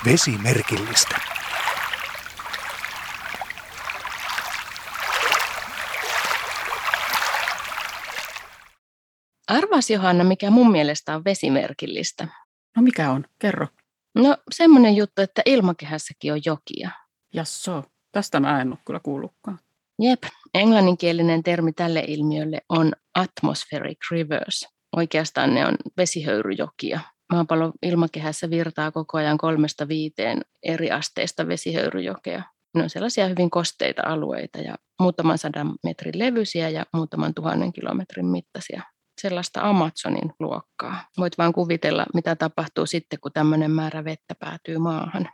Vesimerkillistä. Arvaas Johanna, mikä mun mielestä on vesimerkillistä. No mikä on? Kerro. No semmoinen juttu, että ilmakehässäkin on jokia. Jasso, tästä mä en ole kyllä kuullutkaan. Jep, englanninkielinen termi tälle ilmiölle on atmospheric rivers. Oikeastaan ne on vesihöyryjokia. Maapallon ilmakehässä virtaa koko ajan 3-5 eri asteista vesihöyryjokea. Ne on sellaisia hyvin kosteita alueita ja muutaman 100 metrin levyisiä ja muutaman 1000 kilometrin mittaisia. Sellaista Amazonin luokkaa. Voit vaan kuvitella, mitä tapahtuu sitten, kun tämmöinen määrä vettä päätyy maahan.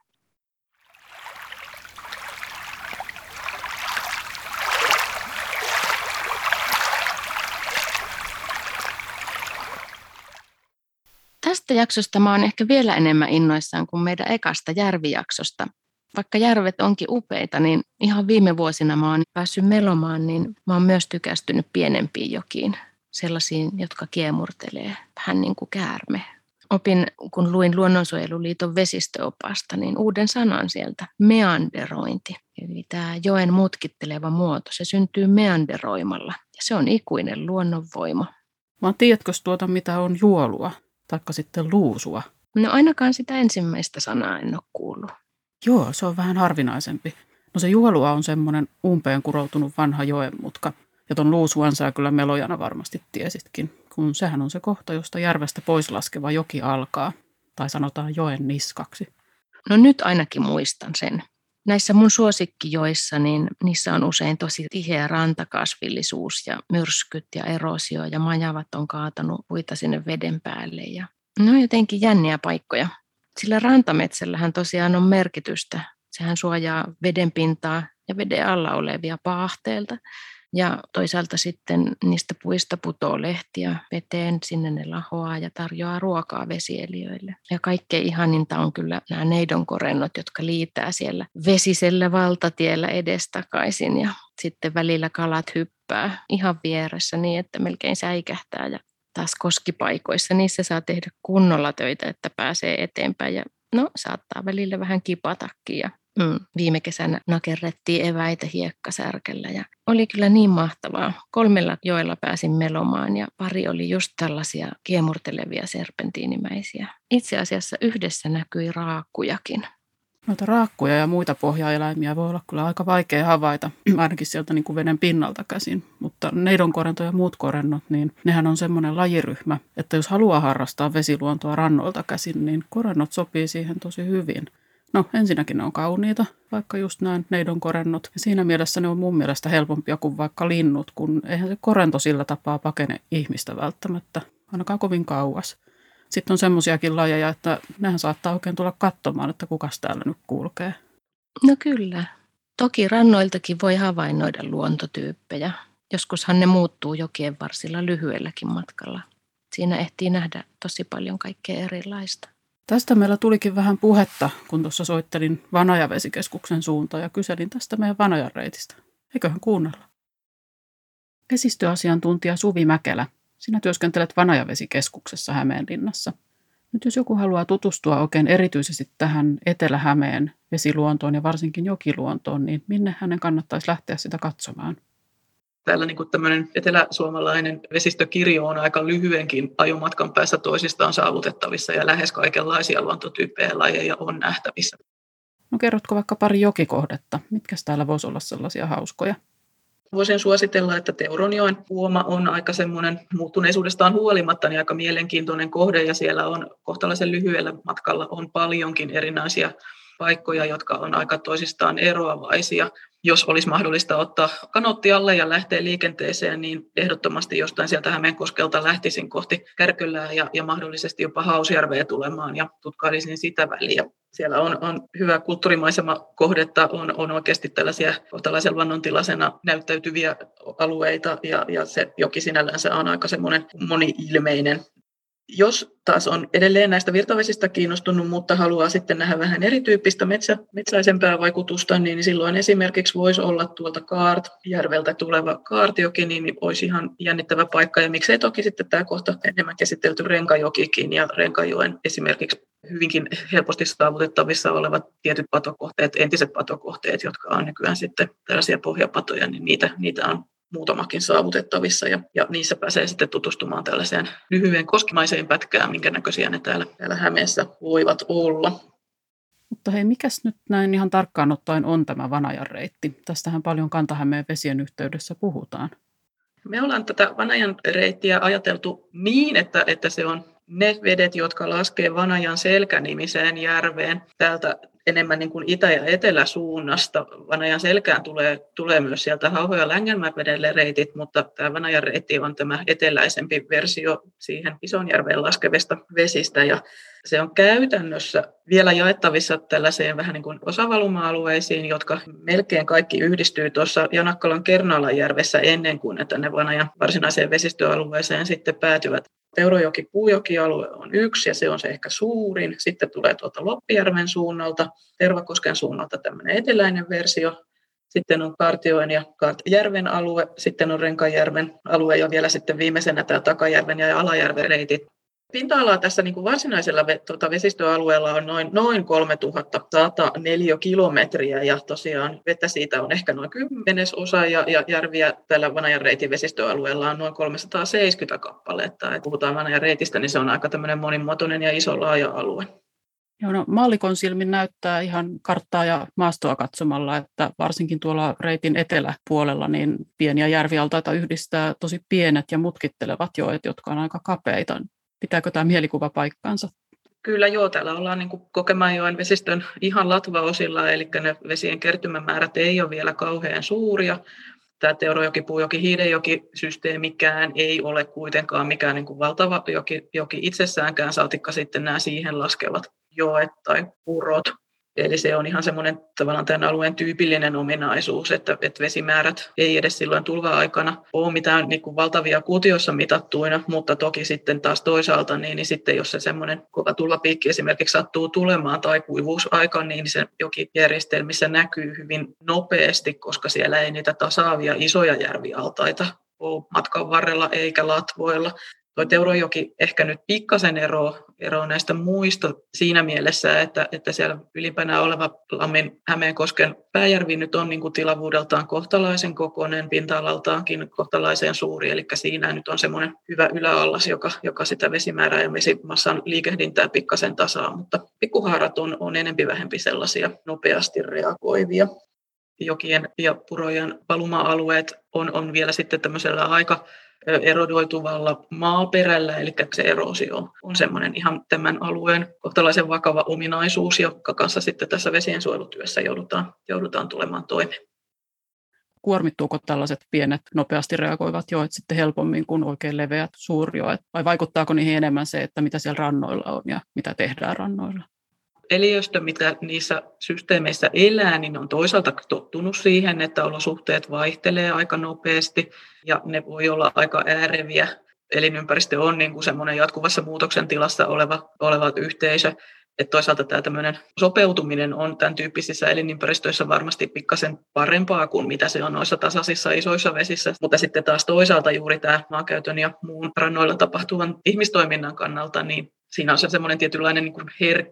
Tästä jaksosta mä oon ehkä vielä enemmän innoissaan kuin meidän ekasta järvijaksosta. Vaikka järvet onkin upeita, niin ihan viime vuosina mä oon päässyt melomaan, niin mä oon myös tykästynyt pienempiin jokiin. Sellaisiin, jotka kiemurtelee, vähän niin kuin käärme. Opin, kun luin Luonnonsuojeluliiton vesistöopasta, niin uuden sanan sieltä, meanderointi. Eli tämä joen mutkitteleva muoto, se syntyy meanderoimalla ja se on ikuinen luonnonvoima. Vaan tiedätkö mitä on juolua, taikka sitten luusua? No ainakaan sitä ensimmäistä sanaa en ole kuullut. Joo, se on vähän harvinaisempi. No se juolua on semmoinen umpeen kuroutunut vanha joenmutka. Ja ton luusuan sä kyllä melojana varmasti tiesitkin, kun sehän on se kohta, josta järvestä pois laskeva joki alkaa. Tai sanotaan joen niskaksi. No nyt ainakin muistan sen. Näissä mun suosikkijoissa, niin niissä on usein tosi tiheä rantakasvillisuus ja myrskyt ja erosio ja majavat on kaatanut puita sinne veden päälle. Ja ne on jotenkin jänniä paikkoja. Sillä rantametsällähän tosiaan on merkitystä. Sehän suojaa veden pintaa ja veden alla olevia paahteilta. Ja toisaalta sitten niistä puista putoo lehtiä veteen, sinne ne lahoaa ja tarjoaa ruokaa vesieliöille. Ja kaikkein ihaninta on kyllä nämä neidonkorennot, jotka liitää siellä vesisellä valtatiellä edestakaisin. Ja sitten välillä kalat hyppää ihan vieressä niin, että melkein säikähtää. Ja taas koskipaikoissa niissä saa tehdä kunnolla töitä, että pääsee eteenpäin. Ja no, saattaa välillä vähän kipatakin ja viime kesänä nakerrettiin eväitä hiekkasärkellä ja oli kyllä niin mahtavaa. 3 joella pääsin melomaan ja pari oli just tällaisia kiemurtelevia serpentiinimäisiä. Itse asiassa yhdessä näkyi raakkujakin. Noita raakkuja ja muita pohjaeläimiä voi olla kyllä aika vaikea havaita, ainakin sieltä niin kuin veden pinnalta käsin. Mutta neidonkorento ja muut korennot, niin nehän on semmoinen lajiryhmä, että jos haluaa harrastaa vesiluontoa rannoilta käsin, niin korennot sopii siihen tosi hyvin. No ensinnäkin ne on kauniita, vaikka just nämä neidonkorennot. Ja siinä mielessä ne on mun mielestä helpompia kuin vaikka linnut, kun eihän se korento sillä tapaa pakene ihmistä välttämättä, ainakaan kovin kauas. Sitten on semmoisiakin lajeja, että nehän saattaa oikein tulla katsomaan, että kukas täällä nyt kulkee. No kyllä. Toki rannoiltakin voi havainnoida luontotyyppejä. Joskushan ne muuttuu jokien varsilla lyhyelläkin matkalla. Siinä ehtii nähdä tosi paljon kaikkea erilaista. Tästä meillä tulikin vähän puhetta, kun tuossa soittelin Vanajavesikeskuksen suuntaan ja kyselin tästä meidän Vanajan reitistä. Eiköhän kuunnella. Vesistöasiantuntija Suvi Mäkelä. Sinä työskentelet Vanajavesikeskuksessa Hämeenlinnassa. Nyt jos joku haluaa tutustua oikein erityisesti tähän Etelä-Hämeen vesiluontoon ja varsinkin jokiluontoon, niin minne hänen kannattaisi lähteä sitä katsomaan? Täällä niin tämmöinen eteläsuomalainen vesistökirjo on aika lyhyenkin ajomatkan päässä toisistaan saavutettavissa ja lähes kaikenlaisia luontotyyppejä ja lajeja on nähtävissä. No kerrotko vaikka pari jokikohdetta? Mitkä täällä voisi olla sellaisia hauskoja? Voisin suositella, että Teuronjoen uoma on aika semmoinen muuttuneisuudestaan huolimatta niin aika mielenkiintoinen kohde ja siellä on kohtalaisen lyhyellä matkalla on paljonkin erinäisiä paikkoja, jotka on aika toisistaan eroavaisia. Jos olisi mahdollista ottaa kanootti alle ja lähteä liikenteeseen, niin ehdottomasti jostain sieltä Hämeenkoskelta lähtisin kohti Kärkölää ja mahdollisesti jopa Hausjärveä tulemaan ja tutkailisin sitä väliä. Siellä on hyvä kulttuurimaisemakohdetta, on oikeasti tällaisia kohtalaisen luonnontilaisena näyttäytyviä alueita ja se joki sinällänsä on aika semmoinen moni-ilmeinen. Jos taas on edelleen näistä virtavesistä kiinnostunut, mutta haluaa sitten nähdä vähän erityyppistä metsäisempää vaikutusta, niin silloin esimerkiksi voisi olla tuolta Kaartjärveltä tuleva Kaartjoki, niin olisi ihan jännittävä paikka. Ja miksei toki sitten tämä kohta enemmän käsitelty Renkajokikin ja Renkajoen esimerkiksi hyvinkin helposti saavutettavissa olevat tietyt patokohteet, entiset patokohteet, jotka on nykyään sitten tällaisia pohjapatoja, niin niitä on muutamakin saavutettavissa ja niissä pääsee sitten tutustumaan tällaiseen lyhyen koskimaiseen pätkään, minkä näköisiä ne täällä Hämeessä voivat olla. Mutta hei, mikäs nyt näin ihan tarkkaan ottaen on tämä Vanajan reitti? Tästähän paljon Kanta-Hämeen vesien yhteydessä puhutaan. Me ollaan tätä Vanajan reittiä ajateltu niin, että se on ne vedet, jotka laskee Vanajan Selkä-nimiseen järveen täältä enemmän niin kuin itä- ja eteläsuunnasta. Vanajan selkään tulee myös sieltä Hauho- ja Längelmävedelle reitit, mutta tämä Vanajan reitti on tämä eteläisempi versio siihen Isonjärveen laskevista vesistä. Ja se on käytännössä vielä jaettavissa tällaiseen vähän niin kuin osavaluma-alueisiin, jotka melkein kaikki yhdistyy tuossa Janakkalan Kernalanjärvessä ennen kuin että ne Vanajan varsinaiseen vesistöalueeseen sitten päätyvät. Teurojoki-Puujoki-alue on yksi ja se on se ehkä suurin. Sitten tulee tuolta Loppijärven suunnalta, Tervakosken suunnalta tämmöinen eteläinen versio. Sitten on Kaartioen ja Kaartjärven alue, sitten on Renkajärven alue ja vielä sitten viimeisenä tämä Takajärven ja Alajärven reitit. Pinta-alaa tässä niin kuin varsinaisella vesistöalueella on noin 3100 neliökilometriä ja tosiaan vettä siitä on ehkä noin 10% ja järviä tällä Vanajan reitin vesistöalueella on noin 370 kappaletta. Et puhutaan Vanajan reitistä, niin se on aika tämmöinen monimuotoinen ja iso laaja alue. Joo, no, maallikon silmin näyttää ihan karttaa ja maastoa katsomalla, että varsinkin tuolla reitin eteläpuolella niin pieniä järvialtaita yhdistää tosi pienet ja mutkittelevat joet, jotka on aika kapeita. Pitääkö tämä mielikuva paikkaansa? Kyllä joo, täällä ollaan niin kuin Kokemäenjoen vesistön ihan latvaosilla, eli ne vesien kertymämäärät ei ole vielä kauhean suuria. Tämä Teurojoki, Puujoki, Hiidenjoki-systeemikään ei ole kuitenkaan mikään niin kuin valtava joki itsessäänkään, saatikka sitten nämä siihen laskevat joet tai purot. Eli se on ihan semmoinen tavallaan tämän alueen tyypillinen ominaisuus, että vesimäärät ei edes silloin tulva-aikana ole mitään niin kuin valtavia kuutioissa mitattuina, mutta toki sitten taas toisaalta, niin sitten jos se semmoinen kova tulvapiikki esimerkiksi sattuu tulemaan tai kuivuusaika, niin se jokijärjestelmissä näkyy hyvin nopeasti, koska siellä ei niitä tasaavia isoja järvialtaita ole matkan varrella eikä latvoilla. Tuo Teurojoki ehkä nyt pikkasen eroaa näistä muista siinä mielessä, että siellä ylimpänä oleva Lammin Hämeenkosken pääjärvi nyt on niin kuin tilavuudeltaan kohtalaisen kokoinen, pinta-alaltaankin kohtalaisen suuri, eli siinä nyt on semmoinen hyvä yläallas, joka sitä vesimäärää ja vesimassan liikehdintää pikkasen tasaa, mutta pikkuhaarat on enempi vähempi sellaisia nopeasti reagoivia. Jokien ja purojen valuma-alueet on vielä sitten tämmöisellä aika erodoituvalla maaperällä, eli se eroosio on semmoinen ihan tämän alueen kohtalaisen vakava ominaisuus, jonka kanssa sitten tässä vesiensuojelutyössä joudutaan tulemaan toimeen. Kuormittuuko tällaiset pienet, nopeasti reagoivat joet sitten helpommin kuin oikein leveät suurjoet, vai vaikuttaako niihin enemmän se, että mitä siellä rannoilla on ja mitä tehdään rannoilla? Eliöstö, mitä niissä systeemeissä elää, niin on toisaalta tottunut siihen, että olosuhteet vaihtelee aika nopeasti ja ne voi olla aika ääreviä. Elinympäristö on niin kuin semmoinen jatkuvassa muutoksen tilassa oleva yhteisö. Että toisaalta tämä tämmöinen sopeutuminen on tämän tyyppisissä elinympäristöissä varmasti pikkasen parempaa kuin mitä se on noissa tasaisissa isoissa vesissä. Mutta sitten taas toisaalta juuri tämä maakäytön ja muun rannoilla tapahtuvan ihmistoiminnan kannalta, niin siinä on se semmoinen tietynlainen niin kuin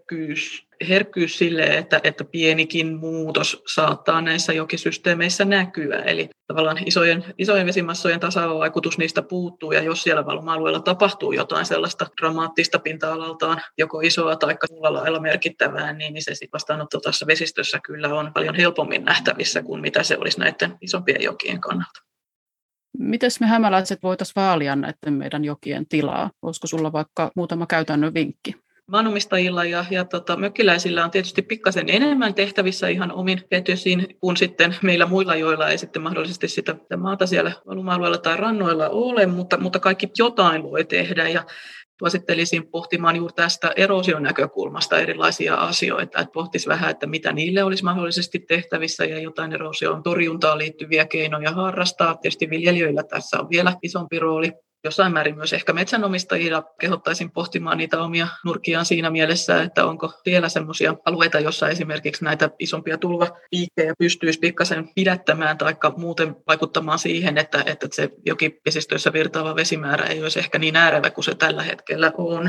herkkyys sille, että pienikin muutos saattaa näissä jokisysteemeissä näkyä. Eli tavallaan isojen vesimassojen tasaavaikutus niistä puuttuu, ja jos siellä valuma-alueella tapahtuu jotain sellaista dramaattista pinta-alaltaan, joko isoa tai muulla lailla merkittävää, niin se vastaanotto tässä vesistössä kyllä on paljon helpommin nähtävissä kuin mitä se olisi näiden isompien jokien kannalta. Miten me hämäläiset voitaisiin vaalia näiden meidän jokien tilaa? Olisiko sulla vaikka muutama käytännön vinkki? Maanomistajilla ja mökkiläisillä on tietysti pikkasen enemmän tehtävissä ihan omin vetysin kuin sitten meillä muilla, joilla ei sitten mahdollisesti sitä maata siellä valuma-alueella tai rannoilla ole, mutta kaikki jotain voi tehdä, ja suosittelisin pohtimaan juuri tästä eroosion näkökulmasta erilaisia asioita, että pohtisi vähän, että mitä niille olisi mahdollisesti tehtävissä ja jotain eroosion torjuntaan liittyviä keinoja harrastaa. Tietysti viljelijöillä tässä on vielä isompi rooli. Jossain määrin myös ehkä metsänomistajilla kehottaisin pohtimaan niitä omia nurkiaan siinä mielessä, että onko siellä semmoisia alueita, joissa esimerkiksi näitä isompia tulvapiikkejä pystyisi pikkasen pidättämään tai muuten vaikuttamaan siihen, että se jokivesistöissä virtaava vesimäärä ei olisi ehkä niin äärevä kuin se tällä hetkellä on.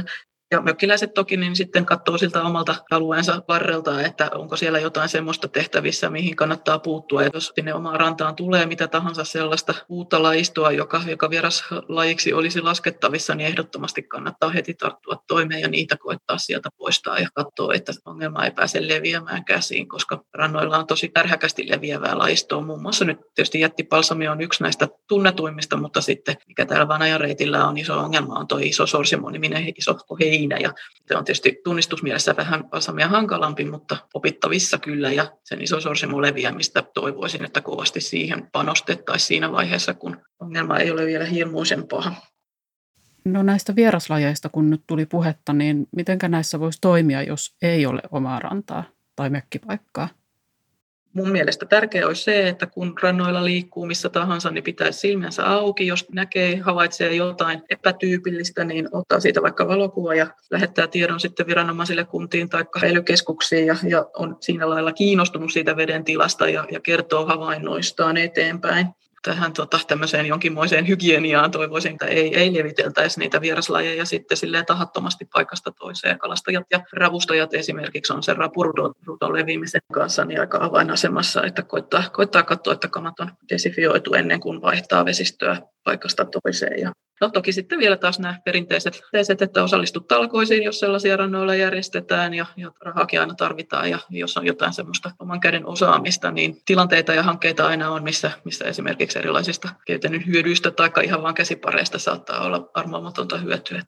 Ja mökkiläiset toki niin sitten katsoo siltä omalta alueensa varrelta, että onko siellä jotain semmoista tehtävissä, mihin kannattaa puuttua. Ja jos sinne omaan rantaan tulee mitä tahansa sellaista uutta lajistoa, joka vieraslajiksi olisi laskettavissa, niin ehdottomasti kannattaa heti tarttua toimeen ja niitä koettaa sieltä poistaa ja katsoa, että ongelma ei pääse leviämään käsiin, koska rannoilla on tosi ärhäkästi leviävää lajistoa. Muun muassa nyt tietysti jättipalsami on yksi näistä tunnetuimmista, mutta sitten mikä täällä Vanajan-reitillä on iso ongelma on tuo iso sorsimo-niminen iso heinä. Ja se on tietysti tunnistusmielessä vähän palsamia hankalampi, mutta opittavissa kyllä. Ja sen iso sorsimo leviämistä toivoisin, että kovasti siihen panostettaisiin siinä vaiheessa, kun ongelma ei ole vielä hirmuisen paha. No näistä vieraslajeista, kun nyt tuli puhetta, niin mitenkä näissä voisi toimia, jos ei ole omaa rantaa tai mökkipaikkaa? Mun mielestä tärkeää olisi se, että kun rannoilla liikkuu missä tahansa, niin pitäisi silmänsä auki. Jos havaitsee jotain epätyypillistä, niin ottaa siitä vaikka valokuva ja lähettää tiedon sitten viranomaisille kuntiin tai ely-keskuksiin ja on siinä lailla kiinnostunut siitä veden tilasta ja kertoo havainnoistaan eteenpäin. Tähän tämmöiseen jonkinmoiseen hygieniaan toivoisin, että ei leviteltäisi niitä vieraslajeja sitten silleen tahattomasti paikasta toiseen. Kalastajat ja ravustajat esimerkiksi on sen rapurudon levimisen kanssa niin aika avainasemassa, että koittaa katsoa, että kamat on desinfioitu ennen kuin vaihtaa vesistöä paikasta toiseen. Ja toki sitten vielä taas nämä perinteiset, että osallistut talkoisiin, jos sellaisia rannoilla järjestetään ja rahaakin aina tarvitaan ja jos on jotain semmoista oman käden osaamista, niin tilanteita ja hankkeita aina on, missä esimerkiksi erilaisista käytännön hyödyistä tai ihan vain käsipareista saattaa olla armoamatonta hyötyä.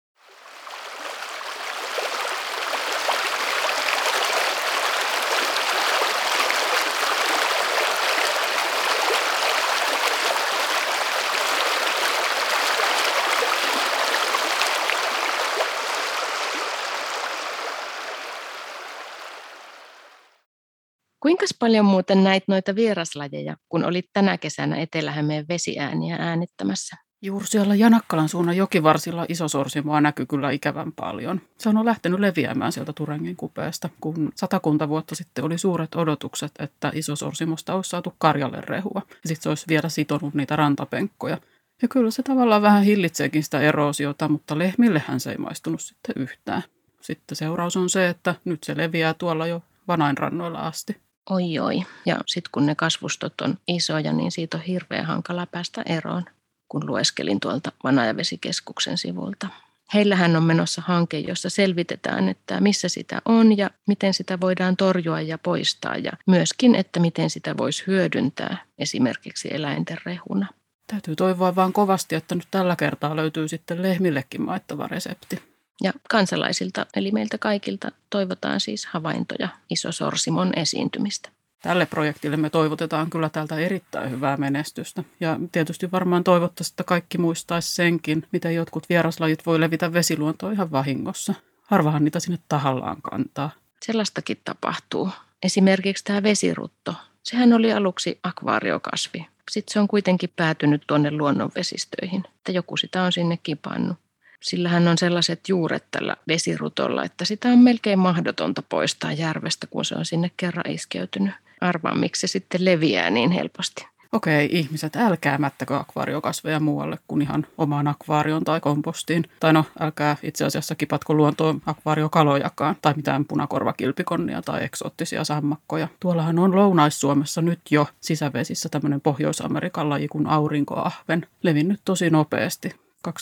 Kuinka paljon muuten näit noita vieraslajeja, kun olit tänä kesänä Etelä-Hämeen vesiääniä äänittämässä? Juuri siellä Janakkalan suunnan jokivarsilla isosorsimoa näkyy kyllä ikävän paljon. Se on lähtenyt leviämään sieltä Turengin kupeesta, kun 100 vuotta sitten oli suuret odotukset, että isosorsimosta olisi saatu karjalle rehua. Ja sitten se olisi vielä sitonut niitä rantapenkkoja. Ja kyllä se tavallaan vähän hillitseekin sitä eroosiota, mutta lehmillehän se ei maistunut sitten yhtään. Sitten seuraus on se, että nyt se leviää tuolla jo Vanainrannoilla asti. Oi. Ja sitten kun ne kasvustot on isoja, niin siitä on hirveän hankala päästä eroon, kun lueskelin tuolta Vanajavesikeskuksen sivulta. Heillähän on menossa hanke, jossa selvitetään, että missä sitä on ja miten sitä voidaan torjua ja poistaa. Ja myöskin, että miten sitä voisi hyödyntää esimerkiksi eläinten rehuna. Täytyy toivoa vaan kovasti, että nyt tällä kertaa löytyy sitten lehmillekin maittava resepti. Ja kansalaisilta, eli meiltä kaikilta, toivotaan siis havaintoja isosorsimon esiintymistä. Tälle projektille me toivotetaan kyllä täältä erittäin hyvää menestystä. Ja tietysti varmaan toivottaisiin, että kaikki muistaisi senkin, miten jotkut vieraslajit voi levitä vesiluontoon ihan vahingossa. Harvahan niitä sinne tahallaan kantaa. Sellaistakin tapahtuu. Esimerkiksi tämä vesirutto. Sehän oli aluksi akvaariokasvi. Sitten se on kuitenkin päätynyt tuonne luonnonvesistöihin, että joku sitä on sinne kipannut. Sillähän on sellaiset juuret tällä vesirutolla, että sitä on melkein mahdotonta poistaa järvestä, kun se on sinne kerran iskeytynyt. Arvaan, miksi se sitten leviää niin helposti. Okei, ihmiset, älkää mättäkö akvaariokasveja muualle kuin ihan omaan akvaarioon tai kompostiin. Tai no, älkää itse asiassa kipatko luontoon akvaariokalojakaan tai mitään punakorvakilpikonnia tai eksoottisia sammakkoja. Tuollahan on Lounais-Suomessa nyt jo sisävesissä tämmöinen Pohjois-Amerikan laji kuin aurinkoahven, levinnyt tosi nopeasti.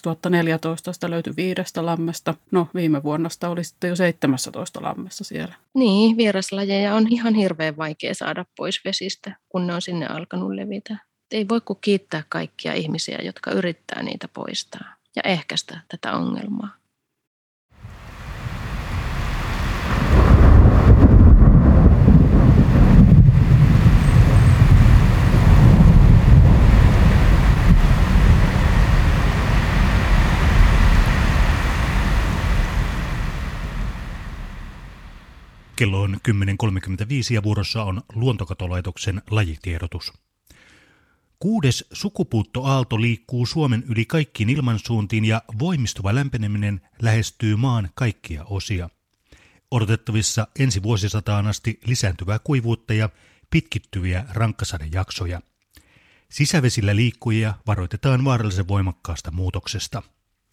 2014 sitä löytyi 5 lammesta. No, viime vuonna sitä oli sitten jo 17 lammessa siellä. Niin, vieraslajeja on ihan hirveän vaikea saada pois vesistä, kun ne on sinne alkanut levitä. Ei voi kuin kiittää kaikkia ihmisiä, jotka yrittää niitä poistaa ja ehkäistä tätä ongelmaa. Kello on 10.35 ja vuorossa on Luontokatolaitoksen lajitiedotus. 6. sukupuuttoaalto liikkuu Suomen yli kaikkiin ilmansuuntiin ja voimistuva lämpeneminen lähestyy maan kaikkia osia. Odotettavissa ensi vuosisataan asti lisääntyvää kuivuutta ja pitkittyviä rankkasadejaksoja. Sisävesillä liikkujia varoitetaan vaarallisen voimakkaasta muutoksesta.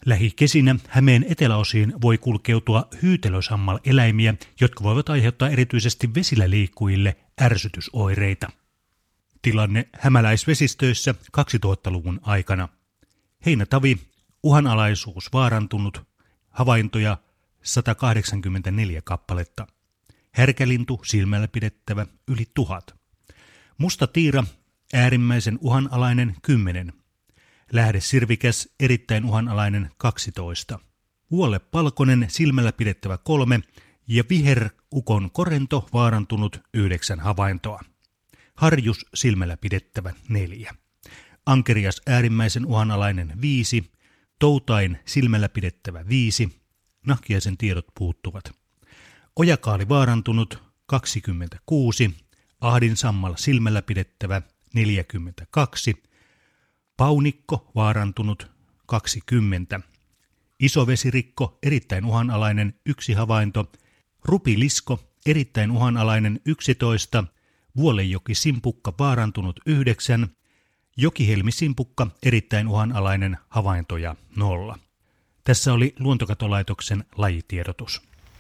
Lähikesinä Hämeen eteläosiin voi kulkeutua hyytelösammal-eläimiä, jotka voivat aiheuttaa erityisesti vesillä liikkujille ärsytysoireita. Tilanne hämäläisvesistöissä 2000-luvun aikana. Heinätavi, uhanalaisuus vaarantunut, havaintoja 184 kappaletta. Härkälintu, silmällä pidettävä, yli 1000. Musta tiira, äärimmäisen uhanalainen 10. Lähdesirvikäs, erittäin uhanalainen 12. Vuolle palkonen, silmällä pidettävä 3 ja viherukon korento vaarantunut 9 havaintoa. Harjus, silmällä pidettävä 4. Ankerias, äärimmäisen uhanalainen 5. Toutain, silmällä pidettävä 5. Nahkiaisen tiedot puuttuvat. Ojakaali vaarantunut 26. Ahdinsammal, silmällä pidettävä 42. Paunikko vaarantunut 20. Isovesirikko, erittäin uhanalainen 1 havainto. Rupilisko, erittäin uhanalainen 11. Vuolenjoki simpukka vaarantunut 9. Jokihelmi simpukka, erittäin uhanalainen, havaintoja 0. Tässä oli Luontokatolaitoksen lajitiedotus.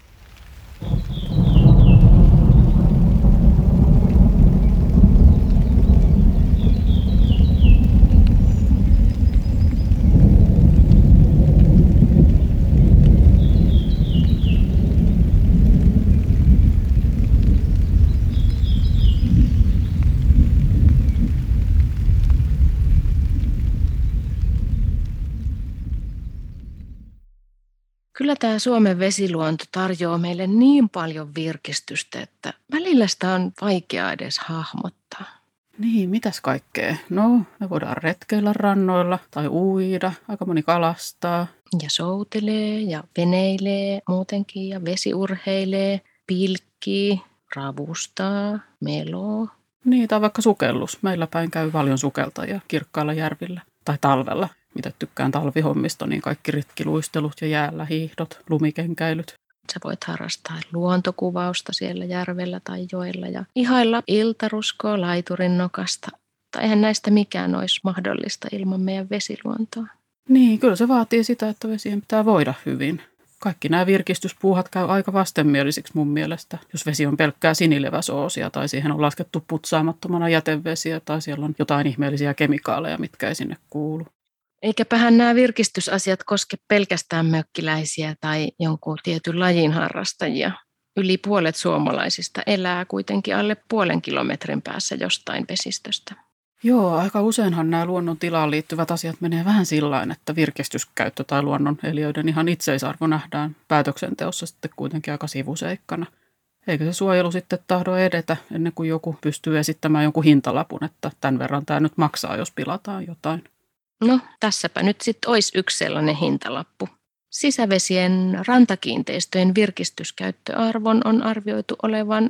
Kyllä tämä Suomen vesiluonto tarjoaa meille niin paljon virkistystä, että välillä sitä on vaikea edes hahmottaa. Niin, mitäs kaikkea? No, me voidaan retkeillä rannoilla tai uida, aika moni kalastaa. Ja soutelee ja veneilee muutenkin ja vesiurheilee, pilkkii, ravustaa, meloo. Niin, tai vaikka sukellus. Meillä päin käy paljon sukeltajia kirkkailla järvillä tai talvella. Mitä tykkään talvihommista, niin kaikki retkiluistelut ja jäällä hiihdot, lumikenkäilyt. Sä voit harrastaa luontokuvausta siellä järvellä tai joella ja ihailla iltaruskoa laiturin nokasta. Tai eihän näistä mikään olisi mahdollista ilman meidän vesiluontoa. Niin, kyllä se vaatii sitä, että vesien pitää voida hyvin. Kaikki nämä virkistyspuuhat käy aika vastenmielisiksi mun mielestä. Jos vesi on pelkkää sinileväsoosia tai siihen on laskettu putsaamattomana jätevesiä tai siellä on jotain ihmeellisiä kemikaaleja, mitkä ei sinne kuulu. Eikäpähän nämä virkistysasiat koske pelkästään mökkiläisiä tai jonkun tietyn lajin harrastajia. Yli puolet suomalaisista elää kuitenkin alle 0,5 kilometrin päässä jostain vesistöstä. Joo, aika useinhan nämä luonnon tilaan liittyvät asiat menee vähän sillain, että virkistyskäyttö tai luonnon eliöiden ihan itseisarvo nähdään päätöksenteossa sitten kuitenkin aika sivuseikkana. Eikö se suojelu sitten tahdo edetä ennen kuin joku pystyy esittämään jonkun hintalapun, että tämän verran tämä nyt maksaa, jos pilataan jotain. No, tässäpä nyt sitten olisi yksi sellainen hintalappu. Sisävesien rantakiinteistöjen virkistyskäyttöarvon on arvioitu olevan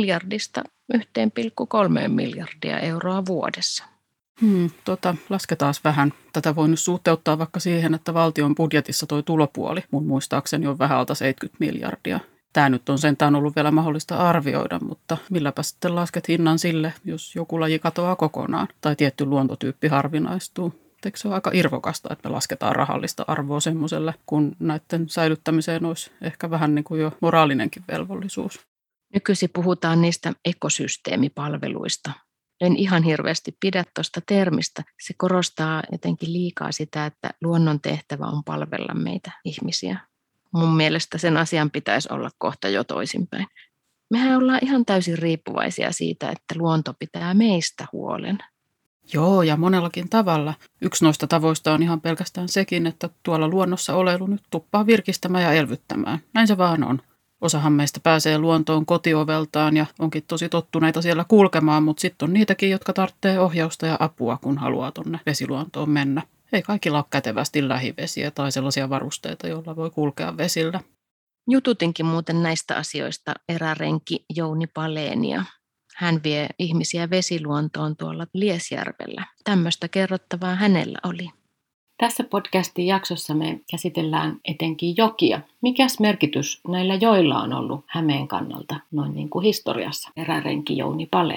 1,3 miljardia euroa vuodessa. Lasketaan vähän. Tätä voi nyt suhteuttaa vaikka siihen, että valtion budjetissa toi tulopuoli mun muistaakseni on vähän alta 70 miljardia. Tämä nyt on sentään ollut vielä mahdollista arvioida, mutta milläpä sitten lasket hinnan sille, jos joku laji katoaa kokonaan tai tietty luontotyyppi harvinaistuu. Eikö se ole aika irvokasta, että me lasketaan rahallista arvoa semmoiselle, kun näiden säilyttämiseen olisi ehkä vähän niin kuin jo moraalinenkin velvollisuus? Nykyisin puhutaan niistä ekosysteemipalveluista. En ihan hirveästi pidä tuosta termistä. Se korostaa jotenkin liikaa sitä, että luonnon tehtävä on palvella meitä ihmisiä. Mun mielestä sen asian pitäisi olla kohta jo toisinpäin. Mehän ollaan ihan täysin riippuvaisia siitä, että luonto pitää meistä huolen. Joo, ja monellakin tavalla. Yksi noista tavoista on ihan pelkästään sekin, että tuolla luonnossa oleilu nyt tuppaa virkistämään ja elvyttämään. Näin se vaan on. Osahan meistä pääsee luontoon kotioveltaan ja onkin tosi tottuneita siellä kulkemaan, mutta sitten on niitäkin, jotka tarvitsee ohjausta ja apua, kun haluaa tonne vesiluontoon mennä. Ei kaikilla ole kätevästi lähivesiä tai sellaisia varusteita, joilla voi kulkea vesillä. Jututinkin muuten näistä asioista erärenki Jouni Paleenia. Hän vie ihmisiä vesiluontoon tuolla Liesjärvellä. Tämmöistä kerrottavaa hänellä oli. Tässä podcastin jaksossa me käsitellään etenkin jokia. Mikäs merkitys näillä joilla on ollut Hämeen kannalta, noin niin kuin historiassa, erärenki Jouni Paleen?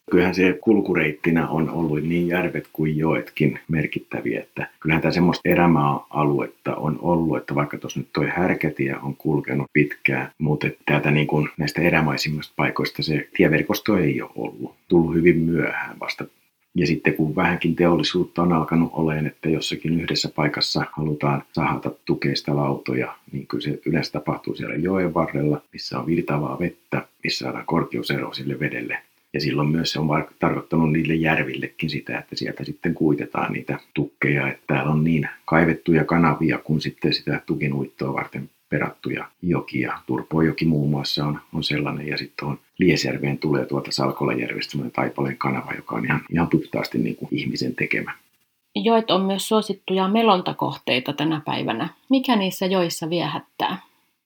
Kyllähän se kulkureittinä on ollut niin järvet kuin joetkin merkittäviä, että kyllähän tämä semmoista erämaa-aluetta on ollut, että vaikka tuossa nyt toi Härkätie on kulkenut pitkään, mutta täältä niin kuin näistä erämaisimmista paikoista se tieverkosto ei ole ollut, tullut hyvin myöhään vasta. Ja sitten kun vähänkin teollisuutta on alkanut olemaan, että jossakin yhdessä paikassa halutaan sahata tukeista lautoja, niin kyllä se yleensä tapahtuu siellä joen varrella, missä on virtaavaa vettä, missä saadaan korkeusero sille vedelle. Ja silloin myös se on tarkoittanut niille järvillekin sitä, että sieltä sitten kuitetaan niitä tukkeja. Että täällä on niin kaivettuja kanavia kuin sitten sitä tukinuittoa varten perattuja jokia. Turpojoki muun muassa on sellainen, ja sitten on Liesjärveen tulee tuolta Salkolajärvestä semmoinen Taipaleen kanava, joka on ihan puhtaasti niin kuin ihmisen tekemä. Joet on myös suosittuja melontakohteita tänä päivänä. Mikä niissä joissa viehättää?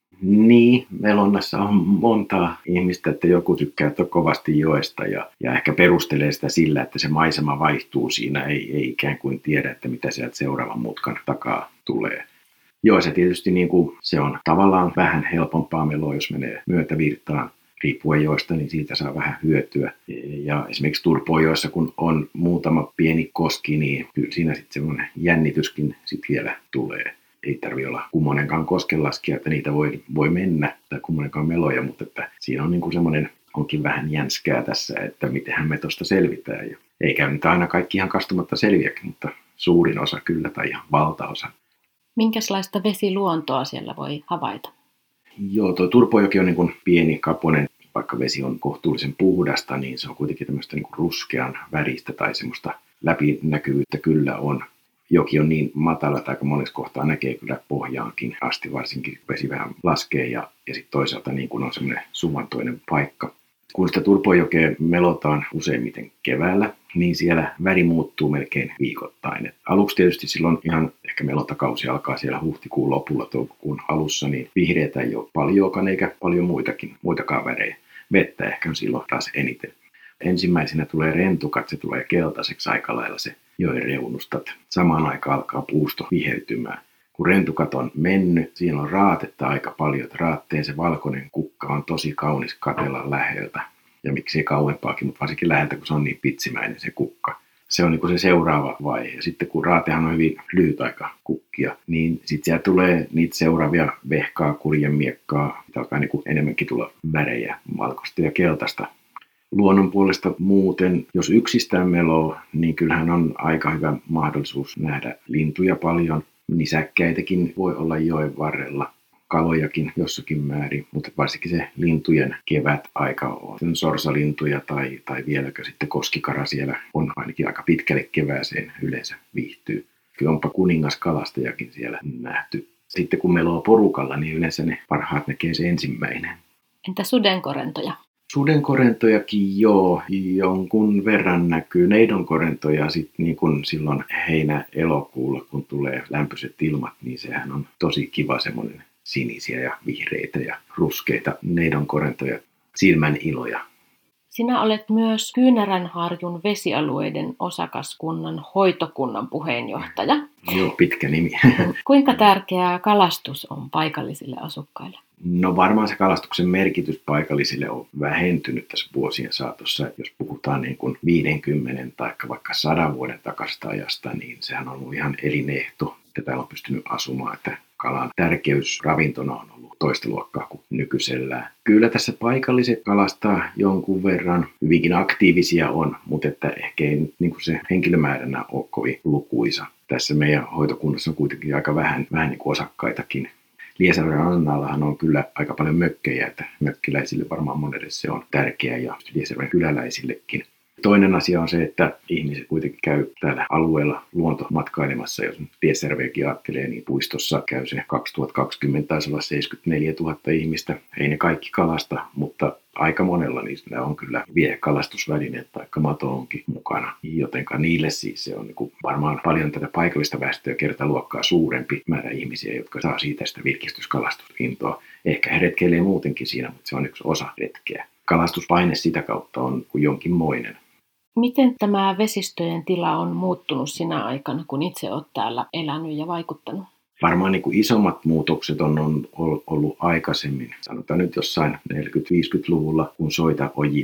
Niin, Melonnassa on monta ihmistä, että joku tykkää kovasti joesta ja ehkä perustelee sitä sillä, että se maisema vaihtuu siinä, ei ikään kuin tiedä, että mitä sieltä seuraavan mutkan takaa tulee. Joo, se tietysti niin kuin, se on tavallaan vähän helpompaa meloa, jos menee myötävirtaan. Riippuen joista, niin siitä saa vähän hyötyä. Ja esimerkiksi Turpojoessa, kun on muutama pieni koski, niin kyllä siinä sitten semmoinen jännityskin sitten vielä tulee. Ei tarvitse olla kummonenkaan koskenlaskija, että niitä voi mennä, tai kummonenkaan meloja, mutta että siinä on niin kuin semmoinen, onkin vähän jänskää tässä, että mitenhän me tuosta selvitään. Ja ei käy nyt aina kaikki ihan kastumatta selviäkin, mutta suurin osa kyllä, tai ihan valtaosa. Minkälaista vesiluontoa siellä voi havaita? Joo, tuo Turpojoki on niin kuin pieni kaponen, vaikka vesi on kohtuullisen puhdasta, niin se on kuitenkin tämmöistä niin kuin ruskean väristä tai semmoista läpinäkyvyyttä kyllä on. Joki on niin matala, että aika monessa kohtaa näkee kyllä pohjaankin asti, varsinkin vesi vähän laskee ja sitten toisaalta niin kuin on semmoinen suvantoinen paikka. Kun sitä Turpojokea melotaan useimmiten keväällä, niin siellä väri muuttuu melkein viikoittain. Et aluksi tietysti silloin ihan ehkä melontakausi alkaa siellä huhtikuun lopulla, toukokuun alussa, niin vihreätä ei ole paljoakaan eikä paljon muitakaan värejä. Vettä ehkä on silloin taas eniten. Ensimmäisenä tulee rentukat, se tulee keltaiseksi aika lailla se joen reunustat. Samaan aikaan alkaa puusto vihertymään. Kun rentukat on mennyt, siinä on raatetta aika paljon. Raatteen se valkoinen kukka on tosi kaunis katsella läheltä. Ja miksei kauempaakin, mutta varsinkin läheltä, kun se on niin pitsimäinen se kukka. Se on niin kuin se seuraava vaihe. Sitten kun raatehan on hyvin lyhyt aika kukkia, niin sitten siellä tulee niitä seuraavia vehkaa, kurjemiekkaa. Mitä alkaa niin kuin enemmänkin tulla värejä, valkoista ja keltaista. Luonnon puolesta muuten, jos yksistään meloo, niin kyllähän on aika hyvä mahdollisuus nähdä lintuja paljon. Nisäkkäitäkin voi olla joen varrella, kalojakin jossakin määrin, mutta varsinkin se lintujen kevätaika on sorsalintuja tai vieläkö sitten koskikara siellä on ainakin aika pitkälle kevääseen yleensä viihtyy. Kyllä onpa kuningaskalastajakin siellä nähty. Sitten kun meloo porukalla, niin yleensä ne parhaat näkee se ensimmäinen. Entä sudenkorentoja? Sudenkorentojakin joo, jonkun verran näkyy. Neidonkorentoja sitten niin kun silloin heinä-elokuulla, kun tulee lämpöiset ilmat, niin sehän on tosi kiva semmoinen sinisiä ja vihreitä ja ruskeita neidonkorentoja, silmän iloja. Sinä olet myös Kyynäränharjun vesialueiden osakaskunnan hoitokunnan puheenjohtaja. Joo, pitkä nimi. Kuinka tärkeää kalastus on paikallisille asukkaille? No varmaan se kalastuksen merkitys paikallisille on vähentynyt tässä vuosien saatossa. Jos puhutaan niin kuin 50 tai vaikka 100 vuoden takaisesta ajasta, niin sehän on ollut ihan elinehto, että täällä on pystynyt asumaan, että kalan tärkeys ravintona on ollut toista luokkaa kuin nykyisellään. Kyllä tässä paikalliset kalastaa jonkun verran, hyvinkin aktiivisia on, mutta että ehkä ei niin kuin se henkilömääränä ole kovin lukuisa. Tässä meidän hoitokunnassa on kuitenkin aika vähän niin kuin osakkaitakin. Liesjärven rannallahan on kyllä aika paljon mökkejä, että mökkiläisille varmaan monelle se on tärkeää ja Liesjärven kyläläisillekin. Toinen asia on se, että ihmiset kuitenkin käy täällä alueella luontomatkailemassa. Jos Liesjärveäkin ajattelee, niin puistossa käy se 2020 taisi olla 74 000 ihmistä. Ei ne kaikki kalasta, mutta aika monella niillä on kyllä viehekalastusvälineet tai mato onkin mukana. Jotenka niille siis se on niin varmaan paljon tätä paikallista väestöä kertaluokkaa suurempi määrä ihmisiä, jotka saa siitä sitä virkistyskalastusintoa. Ehkä he retkeilee muutenkin siinä, mutta se on yksi osa retkeä. Kalastuspaine sitä kautta on jonkinmoinen. Miten tämä vesistöjen tila on muuttunut sinä aikana, kun itse olet täällä elänyt ja vaikuttanut? Varmaan niin kuin isommat muutokset on ollut aikaisemmin. Sanotaan nyt jossain 40-50-luvulla, kun soita ojitettiin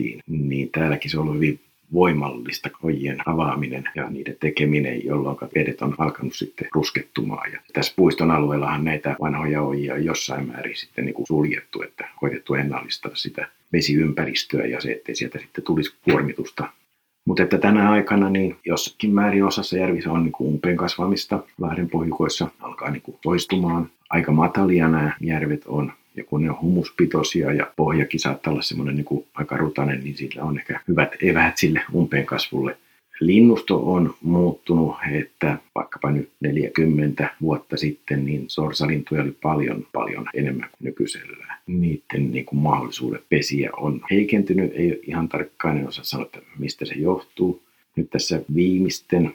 tehtiin, niin täälläkin se on ollut hyvin voimallista ojien avaaminen ja niiden tekeminen, jolloin vedet on alkanut sitten ruskettumaan. Ja tässä puiston alueellahan näitä vanhoja ojia on jossain määrin sitten niin kuin suljettu, että koitettu ennallistaa sitä vesiympäristöä ja se, ettei sieltä sitten tulisi kuormitusta. Mutta että tänä aikana niin jossakin määrin osassa järvissä on niin kuin umpeen kasvamista. Lahden pohjukoissa alkaa niin kuin poistumaan. Aika matalia nämä järvet on. Ja kun ne on humuspitoisia ja pohjakin saattaa olla semmoinen niin kuin aika rutainen, niin sillä on ehkä hyvät eväät sille umpeen kasvulle. Linnusto on muuttunut, että vaikkapa nyt 40 vuotta sitten, niin sorsalintuja oli paljon enemmän kuin nykyisellään. Niiden niin kuin mahdollisuudet pesiä on heikentynyt, ei ole ihan tarkkaan, en osaa sanoa, että mistä se johtuu. Nyt tässä viimeisten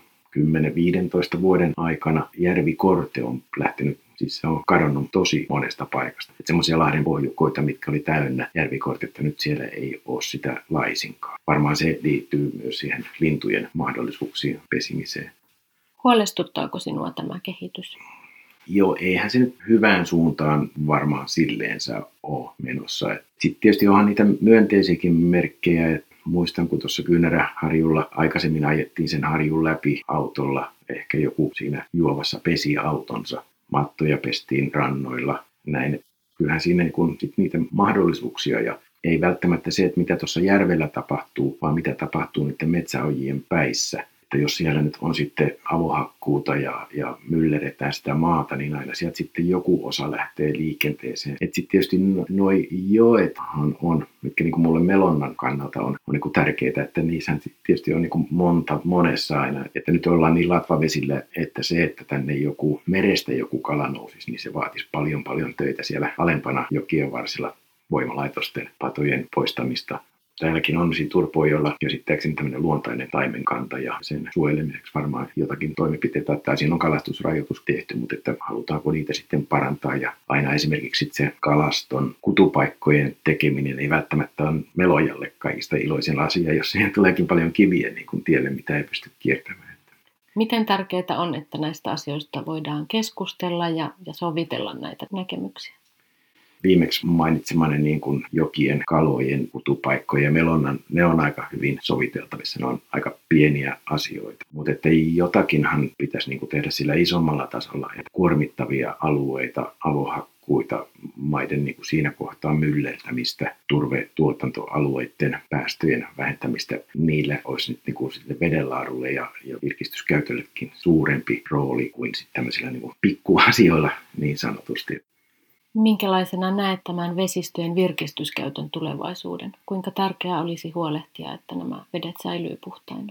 10-15 vuoden aikana järvikorte on lähtenyt, siis se on kadonnut tosi monesta paikasta. Että semmoisia Lahden pohjukoita, mitkä oli täynnä järvikortetta, nyt siellä ei ole sitä laisinkaan. Varmaan se liittyy myös siihen lintujen mahdollisuuksiin pesimiseen. Huolestuttaako sinua tämä kehitys? Joo, eihän se nyt hyvään suuntaan varmaan silleensä ole menossa. Sitten tietysti onhan niitä myönteisiäkin merkkejä. Muistan, kun tuossa Kyynäräharjulla aikaisemmin ajettiin sen harjun läpi autolla. Ehkä joku siinä juovassa pesi autonsa. Mattoja pestiin rannoilla. Näin. Kyllähän siinä niitä mahdollisuuksia ja ei välttämättä se, että mitä tuossa järvellä tapahtuu, vaan mitä tapahtuu niiden metsäojien päissä. Että jos siellä nyt on sitten avohakkuuta ja mylleretään sitä maata, niin aina sieltä sitten joku osa lähtee liikenteeseen. Että sitten tietysti noi joethan on, mitkä niin kuin mulle melonnan kannalta on niin kuin tärkeitä, että niissä tietysti on niin kuin monessa aina. Että nyt ollaan niin latvavesillä, että se, että tänne merestä joku kala nousisi, niin se vaatisi paljon töitä siellä alempana jokien varsilla voimalaitosten patojen poistamista. Täälläkin on siinä Turpojoella käsittääkseni tämmöinen luontainen taimenkanta ja sen suojelemiseksi varmaan jotakin toimenpiteitä. Tai siinä on kalastusrajoitus tehty, mutta että halutaanko niitä sitten parantaa. Ja aina esimerkiksi se kalaston kutupaikkojen tekeminen ei välttämättä ole melojalle kaikista iloisin asia, jos siihen tuleekin paljon kiviä niin kuin tielle, mitä ei pysty kiertämään. Miten tärkeää on, että näistä asioista voidaan keskustella ja sovitella näitä näkemyksiä? Viimeksi mainitsemani niin kuin jokien, kalojen, kutupaikkojen ja melonnan, ne on aika hyvin soviteltavissa. Ne on aika pieniä asioita. Mutta jotakinhan pitäisi niin kuin tehdä sillä isommalla tasolla. Että kuormittavia alueita, avohakkuita, maiden niin kuin siinä kohtaa myllertämistä, turvetuotantoalueiden päästöjen vähentämistä. Niillä olisi nyt niin kuin vedenlaadulle ja virkistyskäytöllekin suurempi rooli kuin sitten tämmöisillä niin kuin pikkuasioilla niin sanotusti. Minkälaisena näet tämän vesistöjen virkistyskäytön tulevaisuuden? Kuinka tärkeää olisi huolehtia, että nämä vedet säilyy puhtaina?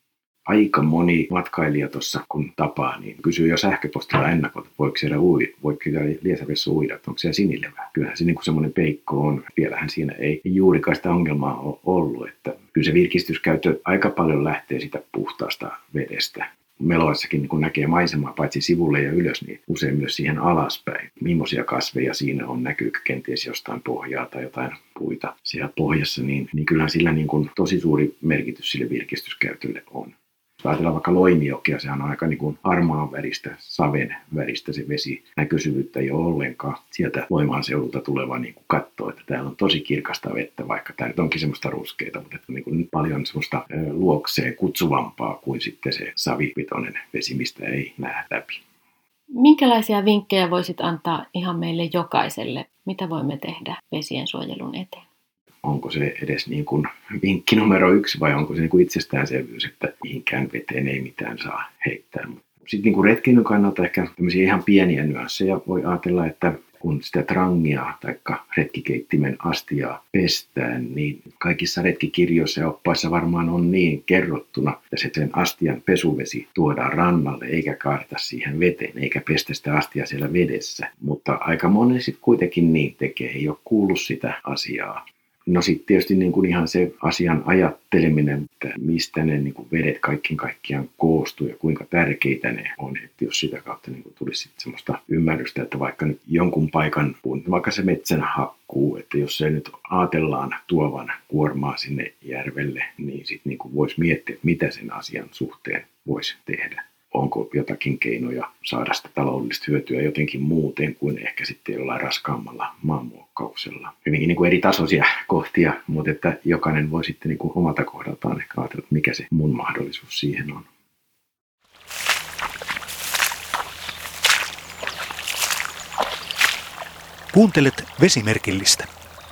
Aika moni matkailija tuossa, kun tapaa, niin kysyy jo sähköpostilla ennakot, että voiko siellä Liesavessa uida, että onko siellä sinilevää. Kyllähän se niin kuin semmoinen peikko on. Vielähän siinä ei juurikaan sitä ongelmaa ole ollut. Että kyllä se virkistyskäyttö aika paljon lähtee sitä puhtaasta vedestä. Meloissakin niin kun näkee maisemaa paitsi sivulle ja ylös, niin usein myös siihen alaspäin. Millaisia kasveja siinä on, näkyykö kenties jostain pohjaa tai jotain puita siellä pohjassa, niin kyllähän sillä niin kun tosi suuri merkitys sille virkistyskäytölle on. Jos ajatellaan vaikka Loimijokea, sehän on aika niin kuin harmaan väristä, saven väristä se vesi. Näkösyvyyttä ei ole ollenkaan sieltä Loimaan seudulta tuleva niin kuin katsoo, että täällä on tosi kirkasta vettä, vaikka tämä nyt onkin semmoista ruskeita, mutta niin kuin paljon semmoista luokseen kutsuvampaa kuin sitten se savipitoinen vesi, mistä ei näe läpi. Minkälaisia vinkkejä voisit antaa ihan meille jokaiselle? Mitä voimme tehdä vesien suojelun eteen? Onko se edes niin kuin vinkki numero 1 vai onko se niin kuin itsestäänselvyys, että mihinkään veteen ei mitään saa heittää. Sitten niin kuin retkeilyn kannalta ehkä tämmöisiä ihan pieniä nyansseja voi ajatella, että kun sitä trangia tai retkikeittimen astiaa pestään, niin kaikissa retkikirjoissa ja oppaissa varmaan on niin kerrottuna, että se sen astian pesuvesi tuodaan rannalle eikä kaarta siihen veteen, eikä pestä sitä astiaa siellä vedessä. Mutta aika moni sitten kuitenkin niin tekee, ei ole kuullut sitä asiaa. No sitten tietysti niin kuin ihan se asian ajatteleminen, että mistä ne niin kuin vedet kaiken kaikkiaan koostuu ja kuinka tärkeitä ne on. Että jos sitä kautta niin kuin tulisi sitten semmoista ymmärrystä, että vaikka nyt jonkun paikan, vaikka se metsän hakkuu, että jos se nyt ajatellaan tuovan kuormaa sinne järvelle, niin sitten niin kuin voisi miettiä, että mitä sen asian suhteen voisi tehdä. Onko jotakin keinoja saada sitä taloudellista hyötyä jotenkin muuten kuin ehkä sitten jollain raskaammalla maanmuokkauksella. aluksella. Hyvinkin niin kuin eri tasoisia kohtia, mutta että jokainen voi sitten niin kuin omalta kohdaltaan ehkä ajatella, että mikä se mun mahdollisuus siihen on. Kuuntelet Vesimerkillistä.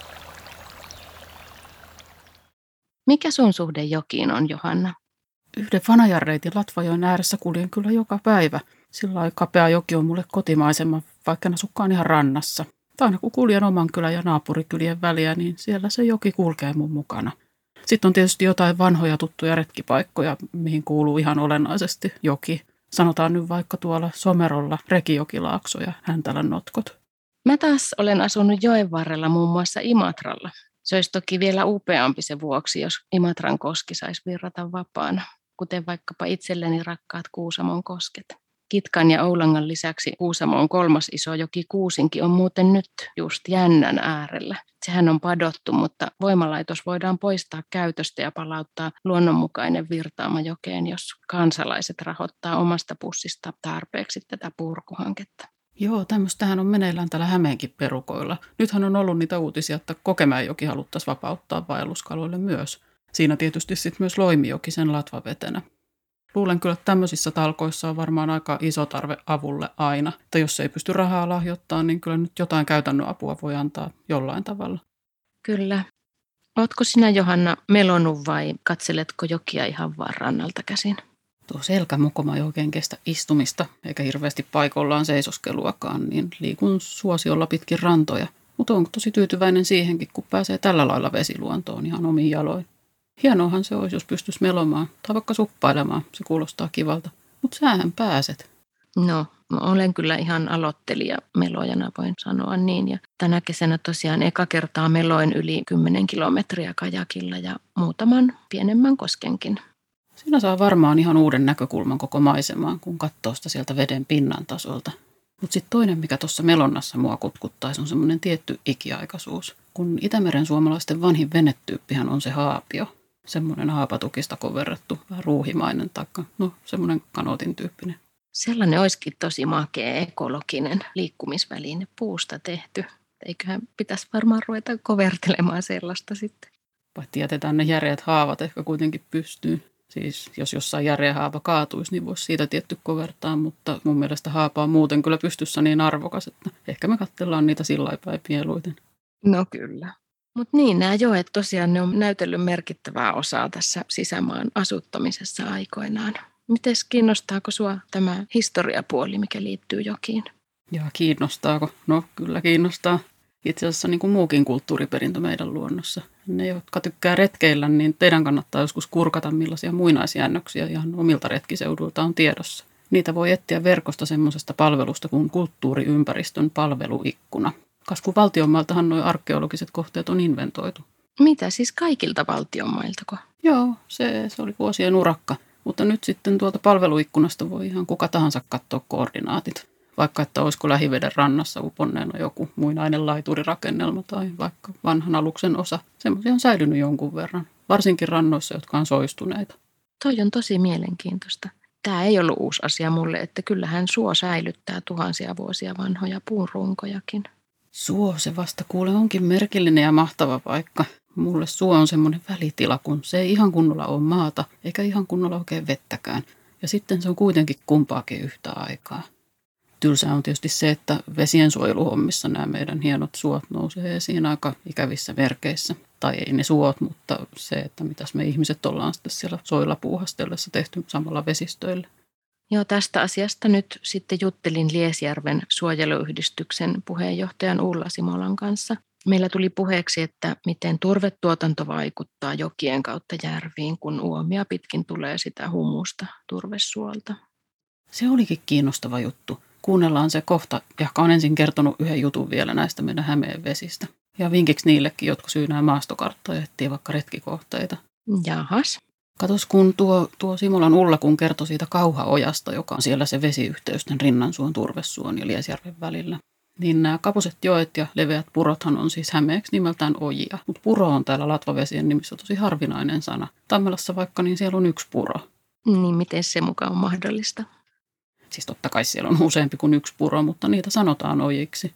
Mikä sun suhde jokiin on, Johanna? Yhden Vanajan reitin Latvajoen ääressä kuljen kyllä joka päivä. Sillä lailla kapea joki on mulle kotimaisema, vaikka en asukkaan ihan rannassa. Tai aina kun kuljen oman kylän ja naapurikylien väliä, niin siellä se joki kulkee mun mukana. Sitten on tietysti jotain vanhoja tuttuja retkipaikkoja, mihin kuuluu ihan olennaisesti joki. Sanotaan nyt vaikka tuolla Somerolla Rekijokilaakso ja Häntälän notkot. Mä taas olen asunut joen varrella muun muassa Imatralla. Se olisi toki vielä upeampi se vuoksi, jos Imatran koski saisi virrata vapaana, kuten vaikkapa itselleni rakkaat Kuusamon kosket. Kitkan ja Oulangan lisäksi Kuusamon kolmas iso joki Kuusinki on muuten nyt just Jännän äärellä. Sehän on padottu, mutta voimalaitos voidaan poistaa käytöstä ja palauttaa luonnonmukainen virtaama jokeen, jos kansalaiset rahoittaa omasta pussista tarpeeksi tätä purkuhanketta. Joo, tämmöistähän on meneillään täällä Hämeenkin perukoilla. Nythän on ollut niitä uutisia, että Kokemäenjoki haluttaisiin vapauttaa vaelluskaloille myös. Siinä tietysti sitten myös Loimijoki sen latvavetenä. Luulen kyllä, että tämmöisissä talkoissa on varmaan aika iso tarve avulle aina. Että jos ei pysty rahaa lahjoittamaan, niin kyllä nyt jotain käytännön apua voi antaa jollain tavalla. Kyllä. Ootko sinä, Johanna, melonut vai katseletko jokia ihan vaan rannalta käsin? Tuo selkämokoma ei oikein kestä istumista, eikä hirveästi paikallaan seisoskeluakaan, niin liikun suosiolla pitkin rantoja. Mutta on tosi tyytyväinen siihenkin, kun pääsee tällä lailla vesiluontoon ihan omiin jaloin. Hienoahan se olisi, jos pystyisi melomaan tai vaikka suppailemaan, se kuulostaa kivalta. Mutta sähän pääset. No, olen kyllä ihan aloittelija melojana, voin sanoa niin. Ja tänä kesänä tosiaan eka kertaa meloin yli 10 kilometriä kajakilla ja muutaman pienemmän koskenkin. Siinä saa varmaan ihan uuden näkökulman koko maisemaan, kun katsoo sitä sieltä veden pinnan tasolta. Mutta sitten toinen, mikä tuossa melonnassa mua kutkuttaisi, on semmoinen tietty ikiaikaisuus. Kun Itämeren suomalaisten vanhin venetyyppihän on se haapio. Semmoinen haapatukista verrattu, vähän ruuhimainen taikka, semmoinen kanootin tyyppinen. Sellainen olisikin tosi makea ekologinen liikkumisväline, puusta tehty. Eiköhän pitäisi varmaan ruveta kovertelemaan sellaista sitten. Vai jätetään ne järeät haavat ehkä kuitenkin pystyyn. Siis jos jossain järeä haava kaatuisi, niin voisi siitä tietty kovertaa, mutta mun mielestä haapa on muuten kyllä pystyssä niin arvokas, että ehkä me katsellaan niitä sillä päin mieluiten. No kyllä. Mutta niin, nämä joet tosiaan ne on näytellyt merkittävää osaa tässä sisämaan asuttamisessa aikoinaan. Mites kiinnostaako sua tämä historiapuoli, mikä liittyy jokiin? Ja kiinnostaako? No kyllä kiinnostaa. Itse asiassa niin kuin muukin kulttuuriperintö meidän luonnossa. Ne, jotka tykkää retkeillä, niin teidän kannattaa joskus kurkata, millaisia muinaisjäännöksiä ihan omilta retkiseudulta on tiedossa. Niitä voi etsiä verkosta semmoisesta palvelusta kuin kulttuuriympäristön palveluikkuna. Kas kun valtionmailtahan nuo arkeologiset kohteet on inventoitu. Mitä siis kaikilta valtionmailtako? Joo, se oli vuosien urakka. Mutta nyt sitten tuolta palveluikkunasta voi ihan kuka tahansa katsoa koordinaatit. Vaikka että olisiko lähiveden rannassa uponneena joku muinainen laiturirakennelma tai vaikka vanhan aluksen osa. Semmoisia on säilynyt jonkun verran, varsinkin rannoissa, jotka on soistuneita. Toi on tosi mielenkiintoista. Tämä ei ollut uusi asia mulle, että kyllähän suo säilyttää tuhansia vuosia vanhoja puunrunkojakin. Suo se vasta kuule onkin merkillinen ja mahtava paikka. Mulle suo on semmoinen välitila, kun se ei ihan kunnolla ole maata, eikä ihan kunnolla oikein vettäkään. Ja sitten se on kuitenkin kumpaakin yhtä aikaa. Tylsää on tietysti se, että vesiensuojeluhommissa nämä meidän hienot suot nousee esiin aika ikävissä merkeissä. Tai ei ne suot, mutta se, että mitäs me ihmiset ollaan sitten siellä soilla puuhastellessa tehty samalla vesistöillä. Joo, tästä asiasta nyt sitten juttelin Liesjärven suojeluyhdistyksen puheenjohtajan Ulla Simolan kanssa. Meillä tuli puheeksi, että miten turvetuotanto vaikuttaa jokien kautta järviin, kun uomia pitkin tulee sitä humusta turvesuolta. Se olikin kiinnostava juttu. Kuunnellaan se kohta, jahka on ensin kertonut yhden jutun vielä näistä meidän Hämeen vesistä. Ja vinkiksi niillekin, jotka syynää maastokarttaa ja etsii vaikka retkikohteita. Jahas. Katos, kun tuo Simolan Ulla kun kertoi siitä Kauhaojasta, joka on siellä se vesiyhteys tämän Rinnansuon, Turvesuon ja Liesjärven välillä. Niin nämä kapuset joet ja leveät purothan on siis hämeeksi nimeltään ojia. Mutta puro on täällä latvavesien nimissä tosi harvinainen sana. Tammelassa vaikka, niin siellä on yksi puro. Niin, miten se mukaan on mahdollista? Siis totta kai siellä on useampi kuin yksi puro, mutta niitä sanotaan ojiksi.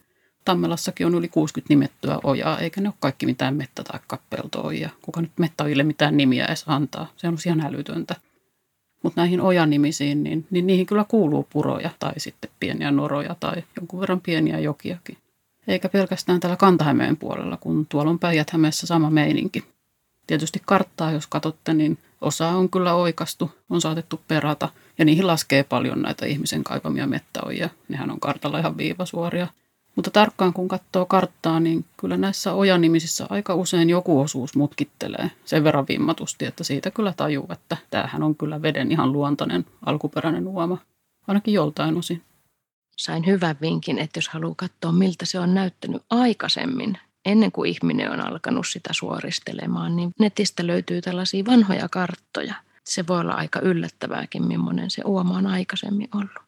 Tammelassakin on yli 60 nimettyä ojaa, eikä ne ole kaikki mitään mettä- tai pelto-ojia. Kuka nyt mettäojille mitään nimiä edes antaa? Se on ihan älytöntä. Mutta näihin ojanimisiin, niin niihin kyllä kuuluu puroja tai sitten pieniä noroja tai jonkun verran pieniä jokiakin. Eikä pelkästään täällä Kanta-Hämeen puolella, kun tuolla on Päijät-Hämeessä sama meininki. Tietysti karttaa, jos katsotte, niin osa on kyllä oikastu, on saatettu perata ja niihin laskee paljon näitä ihmisen kaivamia mettäojia. Nehän on kartalla ihan viivasuoria. Mutta tarkkaan kun katsoo karttaa, niin kyllä näissä ojanimisissä aika usein joku osuus mutkittelee sen verran vimmatusti, että siitä kyllä tajuu, että tämähän on kyllä veden ihan luontainen alkuperäinen uoma, ainakin joltain osin. Sain hyvän vinkin, että jos haluaa katsoa, miltä se on näyttänyt aikaisemmin, ennen kuin ihminen on alkanut sitä suoristelemaan, niin netistä löytyy tällaisia vanhoja karttoja. Se voi olla aika yllättävääkin, millainen se uoma on aikaisemmin ollut.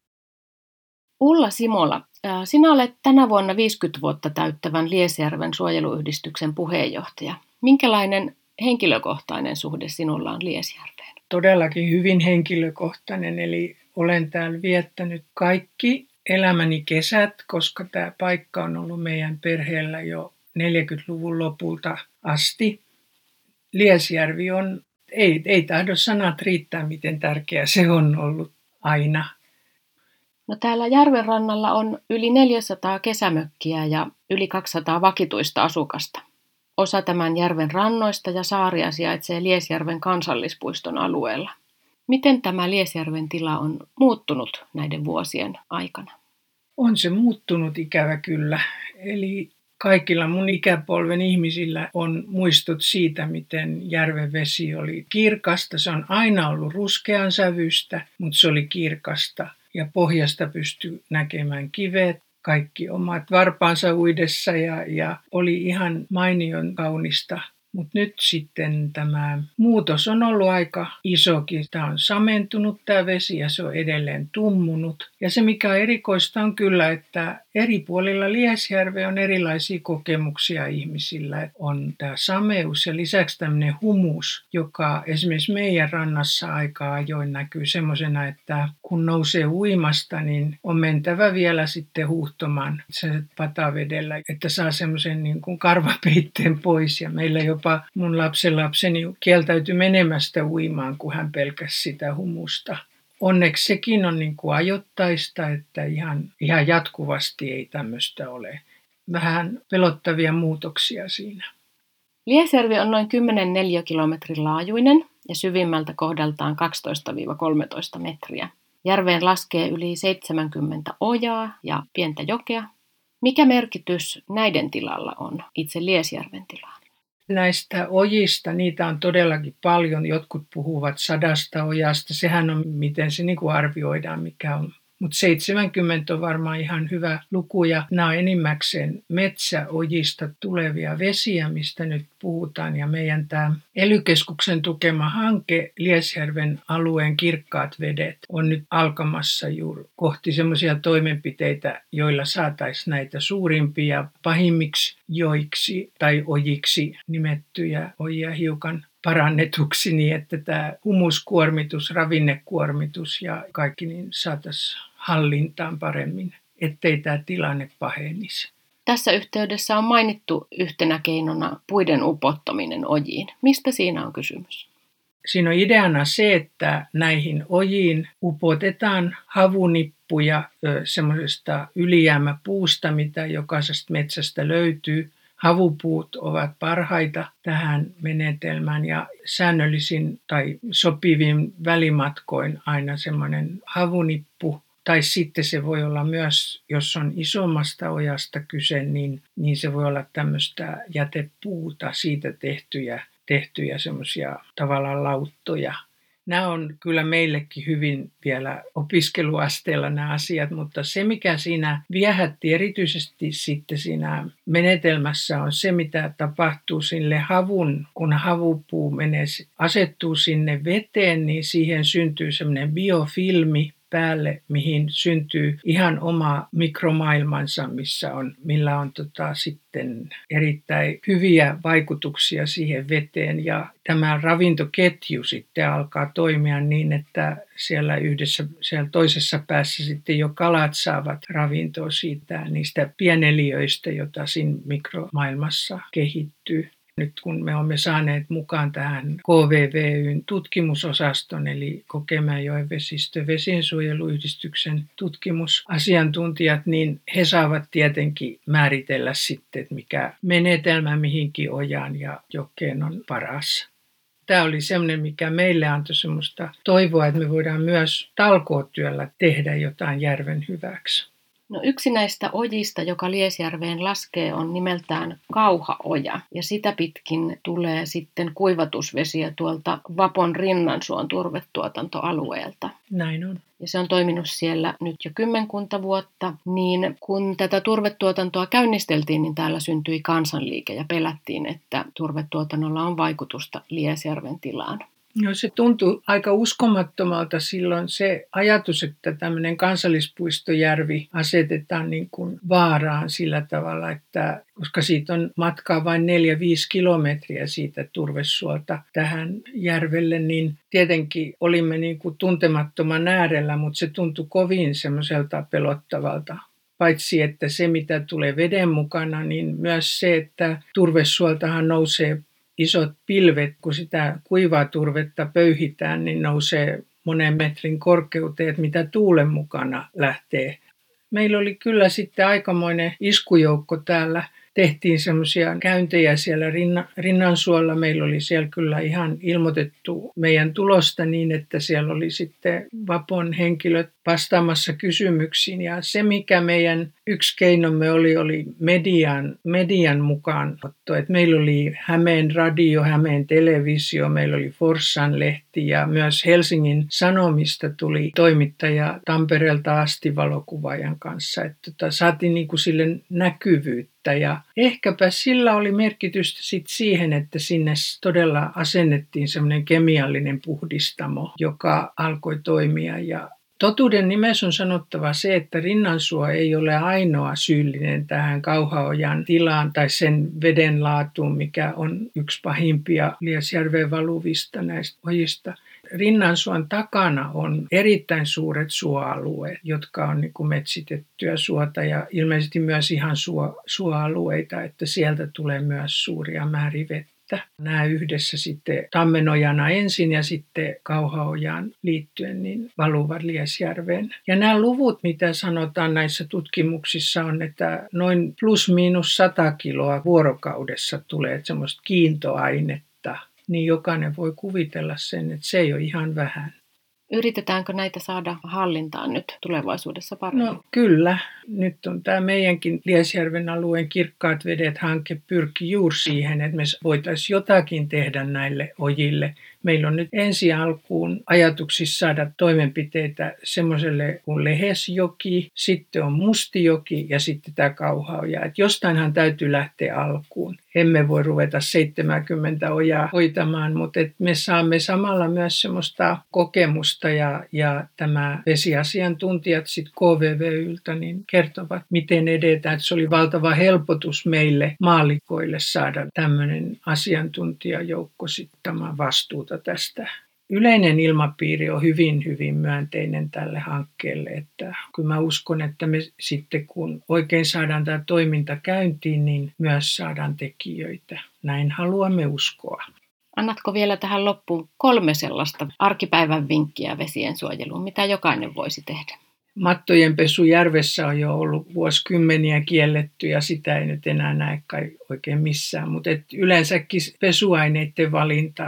Ulla Simola, sinä olet tänä vuonna 50 vuotta täyttävän Liesjärven suojeluyhdistyksen puheenjohtaja. Minkälainen henkilökohtainen suhde sinulla on Liesjärveen? Todellakin hyvin henkilökohtainen, eli olen täällä viettänyt kaikki elämäni kesät, koska tämä paikka on ollut meidän perheellä jo 40-luvun lopulta asti. Liesjärvi on, ei tahdo sanat riittää, miten tärkeä se on ollut aina. No täällä järven rannalla on yli 400 kesämökkiä ja yli 200 vakituista asukasta. Osa tämän järven rannoista ja saaria sijaitsee Liesjärven kansallispuiston alueella. Miten tämä Liesjärven tila on muuttunut näiden vuosien aikana? On se muuttunut ikävä kyllä. Eli kaikilla mun ikäpolven ihmisillä on muistot siitä, miten järven vesi oli kirkasta. Se on aina ollut ruskean sävystä, mutta se oli kirkasta. Ja pohjasta pystyi näkemään kivet, kaikki omat varpaansa uidessa ja oli ihan mainion kaunista. Mutta nyt sitten tämä muutos on ollut aika isokin. Tämä on samentunut tämä vesi ja se on edelleen tummunut. Ja se mikä on erikoista on kyllä, että eri puolilla Liesjärveä on erilaisia kokemuksia ihmisillä. On tämä sameus ja lisäksi tämmöinen humus, joka esimerkiksi meidän rannassa aika ajoin näkyy semmoisena, että kun nousee uimasta, niin on mentävä vielä sitten huuhtomaan se patavedellä, että saa semmoisen niin kuin karvapeitteen pois. Ja meillä jopa mun lapseni kieltäytyi menemästä uimaan, kun hän pelkäsi sitä humusta. Onneksi sekin on niin kuin ajoittaista, että ihan jatkuvasti ei tämmöistä ole. Vähän pelottavia muutoksia siinä. Liesjärvi on noin 10 neliökilometrin laajuinen ja syvimmältä kohdaltaan 12-13 metriä. Järveen laskee yli 70 ojaa ja pientä jokea. Mikä merkitys näiden tilalla on itse Liesjärven tilaan? Näistä ojista, niitä on todellakin paljon. Jotkut puhuvat 100 ojasta. Sehän on, miten se niin kuin arvioidaan, mikä on. Mutta 70 on varmaan ihan hyvä luku. Ja nämä on enimmäkseen metsäojista tulevia vesiä, mistä nyt puhutaan. Ja meidän tämä ELY-keskuksen tukema hanke Liesjärven alueen kirkkaat vedet on nyt alkamassa juuri kohti semmoisia toimenpiteitä, joilla saataisiin näitä suurimpia pahimmiksi joiksi tai ojiksi nimettyjä ojia hiukan parannetuksi niin, että tämä humuskuormitus, ravinnekuormitus ja kaikki niin saataisiin hallintaan paremmin, ettei tämä tilanne pahenisi. Tässä yhteydessä on mainittu yhtenä keinona puiden upottaminen ojiin. Mistä siinä on kysymys? Siinä on ideana se, että näihin ojiin upotetaan havunippuja semmoisesta ylijäämäpuusta, mitä jokaisesta metsästä löytyy. Havupuut ovat parhaita tähän menetelmään ja säännöllisin tai sopivin välimatkoin aina semmoinen havunippu. Tai sitten se voi olla myös, jos on isommasta ojasta kyse, niin se voi olla tämmöistä jätepuuta, siitä tehtyjä semmoisia tavallaan lauttoja. Nämä on kyllä meillekin hyvin vielä opiskeluasteella nämä asiat, mutta se mikä siinä viehätti erityisesti sitten siinä menetelmässä on se, mitä tapahtuu sille havun, kun havupuu asettuu sinne veteen, niin siihen syntyy semmoinen biofilmi, päälle, mihin syntyy ihan oma mikromaailmansa, millä on sitten erittäin hyviä vaikutuksia siihen veteen. Ja tämä ravintoketju sitten alkaa toimia niin, että siellä toisessa päässä sitten jo kalat saavat ravintoa siitä niistä pieneliöistä, joita siinä mikromaailmassa kehittyy. Nyt kun me olemme saaneet mukaan tähän KVVY:n tutkimusosaston, eli Kokemäenjoen vesistön vesiensuojeluyhdistyksen tutkimusasiantuntijat, niin he saavat tietenkin määritellä sitten, että mikä menetelmä mihinkin ojaan ja jokeen on paras. Tämä oli semmoinen, mikä meille antoi semmoista toivoa, että me voidaan myös talkootyöllä tehdä jotain järven hyväksi. No yksi näistä ojista, joka Liesjärveen laskee, on nimeltään Kauhaoja. Ja sitä pitkin tulee sitten kuivatusvesiä tuolta Vapon Rinnansuon turvetuotantoalueelta. Näin on. Ja se on toiminut siellä nyt jo 10 vuotta. Niin kun tätä turvetuotantoa käynnisteltiin, niin täällä syntyi kansanliike ja pelättiin, että turvetuotannolla on vaikutusta Liesjärven tilaan. No, se tuntui aika uskomattomalta silloin se ajatus, että tämmöinen kansallispuistojärvi asetetaan niin kuin vaaraan sillä tavalla, että koska siitä on matkaa vain 4-5 kilometriä siitä turvesuolta tähän järvelle, niin tietenkin olimme niin kuin tuntemattoman äärellä, mutta se tuntui kovin semmoiselta pelottavalta. Paitsi että se, mitä tulee veden mukana, niin myös se, että turvesuoltahan nousee isot pilvet, kun sitä kuivaa turvetta pöyhitään, niin nousee monen metrin korkeuteen, että mitä tuulen mukana lähtee. Meillä oli kyllä sitten aikamoinen iskujoukko täällä. Tehtiin semmoisia käyntejä siellä Rinnansuolla. Meillä oli siellä kyllä ihan ilmoitettu meidän tulosta niin, että siellä oli sitten Vapon henkilöt vastaamassa kysymyksiin. Ja se, mikä meidän yksi keinomme oli median mukaanotto. Et meillä oli Hämeen radio, Hämeen televisio, meillä oli Forssan lehti ja myös Helsingin Sanomista tuli toimittaja Tampereelta asti valokuvaajan kanssa. Että saatiin niinku sille näkyvyyttä ja ehkäpä sillä oli merkitystä sit siihen, että sinne todella asennettiin semmoinen kemiallinen puhdistamo, joka alkoi toimia. Ja totuuden nimessä on sanottava se, että Rinnansuo ei ole ainoa syyllinen tähän Kauhaojan tilaan tai sen veden laatuun, mikä on yksi pahimpia Liesjärveen valuvista näistä ojista. Rinnansuon takana on erittäin suuret suoalueet, jotka on niin kuin metsitettyä suota ja ilmeisesti myös ihan suoalueita, että sieltä tulee myös suuria määriä vettä. Nämä yhdessä sitten Tammenojana ensin ja sitten Kauhaojaan liittyen niin valuvat Liesjärveen. Ja nämä luvut, mitä sanotaan näissä tutkimuksissa on, että noin plus-miinus 100 kiloa vuorokaudessa tulee semmoista kiintoainetta. Niin jokainen voi kuvitella sen, että se ei ole ihan vähän. Yritetäänkö näitä saada hallintaan nyt tulevaisuudessa paremmin? No kyllä. Nyt on tämä meidänkin Liesjärven alueen Kirkkaat vedet-hanke pyrki juuri siihen, että me voitaisiin jotakin tehdä näille ojille. Meillä on nyt ensi alkuun ajatuksissa saada toimenpiteitä semmoiselle kuin Lehesjoki, sitten on Mustijoki ja sitten tämä Kauhaoja. Että jostainhan täytyy lähteä alkuun. Emme voi ruveta 70 ojaa hoitamaan, mutta me saamme samalla myös semmoista kokemusta ja tämä vesiasiantuntijat sitten KVVYltä niin kertovat, miten edetään. Että se oli valtava helpotus meille maallikoille saada tämmöinen asiantuntijajoukko sitten vastuuta tästä. Yleinen ilmapiiri on hyvin, hyvin myönteinen tälle hankkeelle. Että kyllä mä uskon, että me sitten kun oikein saadaan tämä toiminta käyntiin, niin myös saadaan tekijöitä. Näin haluamme uskoa. Annatko vielä tähän loppuun 3 sellaista arkipäivän vinkkiä vesien suojeluun, mitä jokainen voisi tehdä? Mattojen pesu järvessä on jo ollut vuosikymmeniä kielletty ja sitä ei nyt enää näe kai oikein missään. Mutta yleensäkin pesuaineiden valinta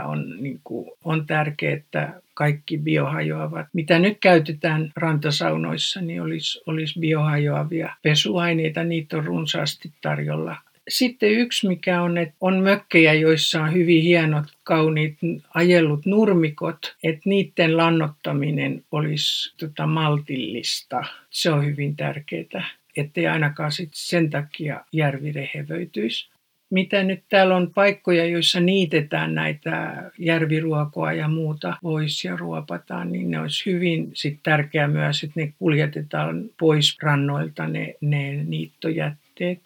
on tärkeää, että kaikki biohajoavat. Mitä nyt käytetään rantasaunoissa, niin olisi biohajoavia pesuaineita. Niitä on runsaasti tarjolla. Sitten yksi, mikä on mökkejä, joissa on hyvin hienot, kauniit ajellut nurmikot, että niiden lannottaminen olisi maltillista. Se on hyvin tärkeää, ettei ainakaan sit sen takia järvi rehevöityisi. Mitä nyt täällä on paikkoja, joissa niitetään näitä järviruokoa ja muuta pois ja ruopataan, niin ne olisi hyvin sit tärkeää myös, että ne kuljetetaan pois rannoilta ne niittojätteet.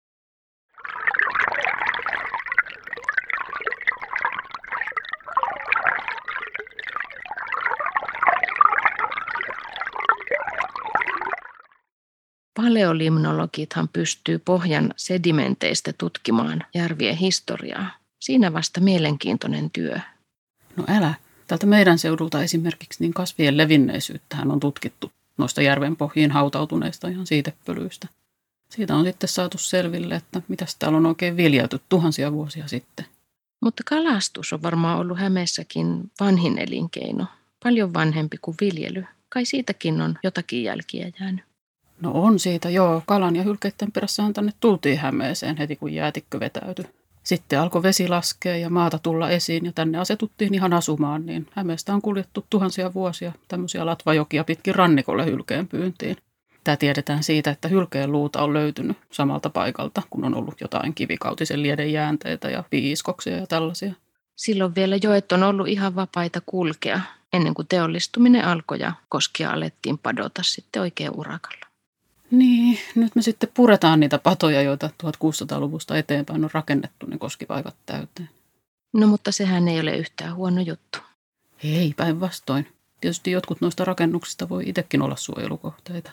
Paleolimnologithan pystyy pohjan sedimenteistä tutkimaan järvien historiaa. Siinä vasta mielenkiintoinen työ. No älä. Täältä meidän seudulta esimerkiksi niin kasvien levinneisyyttähän on tutkittu noista järven pohjiin hautautuneista ihan siitepölyistä. Siitä on sitten saatu selville, että mitäs täällä on oikein viljelty tuhansia vuosia sitten. Mutta kalastus on varmaan ollut Hämeessäkin vanhin elinkeino. Paljon vanhempi kuin viljely. Kai siitäkin on jotakin jälkiä jäänyt. No on siitä, joo. Kalan ja hylkeiden perässähän tänne tultiin Hämeeseen heti, kun jäätikkö vetäytyi. Sitten alkoi vesi laskea ja maata tulla esiin ja tänne asetuttiin ihan asumaan, niin Hämeestä on kuljettu tuhansia vuosia tämmöisiä latvajokia pitkin rannikolle hylkeen pyyntiin. Tämä tiedetään siitä, että hylkeen luuta on löytynyt samalta paikalta, kun on ollut jotain kivikautisen lieden jäänteitä ja piiskoksia ja tällaisia. Silloin vielä joet on ollut ihan vapaita kulkea, ennen kuin teollistuminen alkoi ja koskia alettiin padota sitten oikein urakalla. Niin, nyt me sitten puretaan niitä patoja, joita 1600-luvusta eteenpäin on rakennettu ne koskipaikat täyteen. No mutta sehän ei ole yhtään huono juttu. Ei, päinvastoin. Tietysti jotkut noista rakennuksista voi itsekin olla suojelukohteita.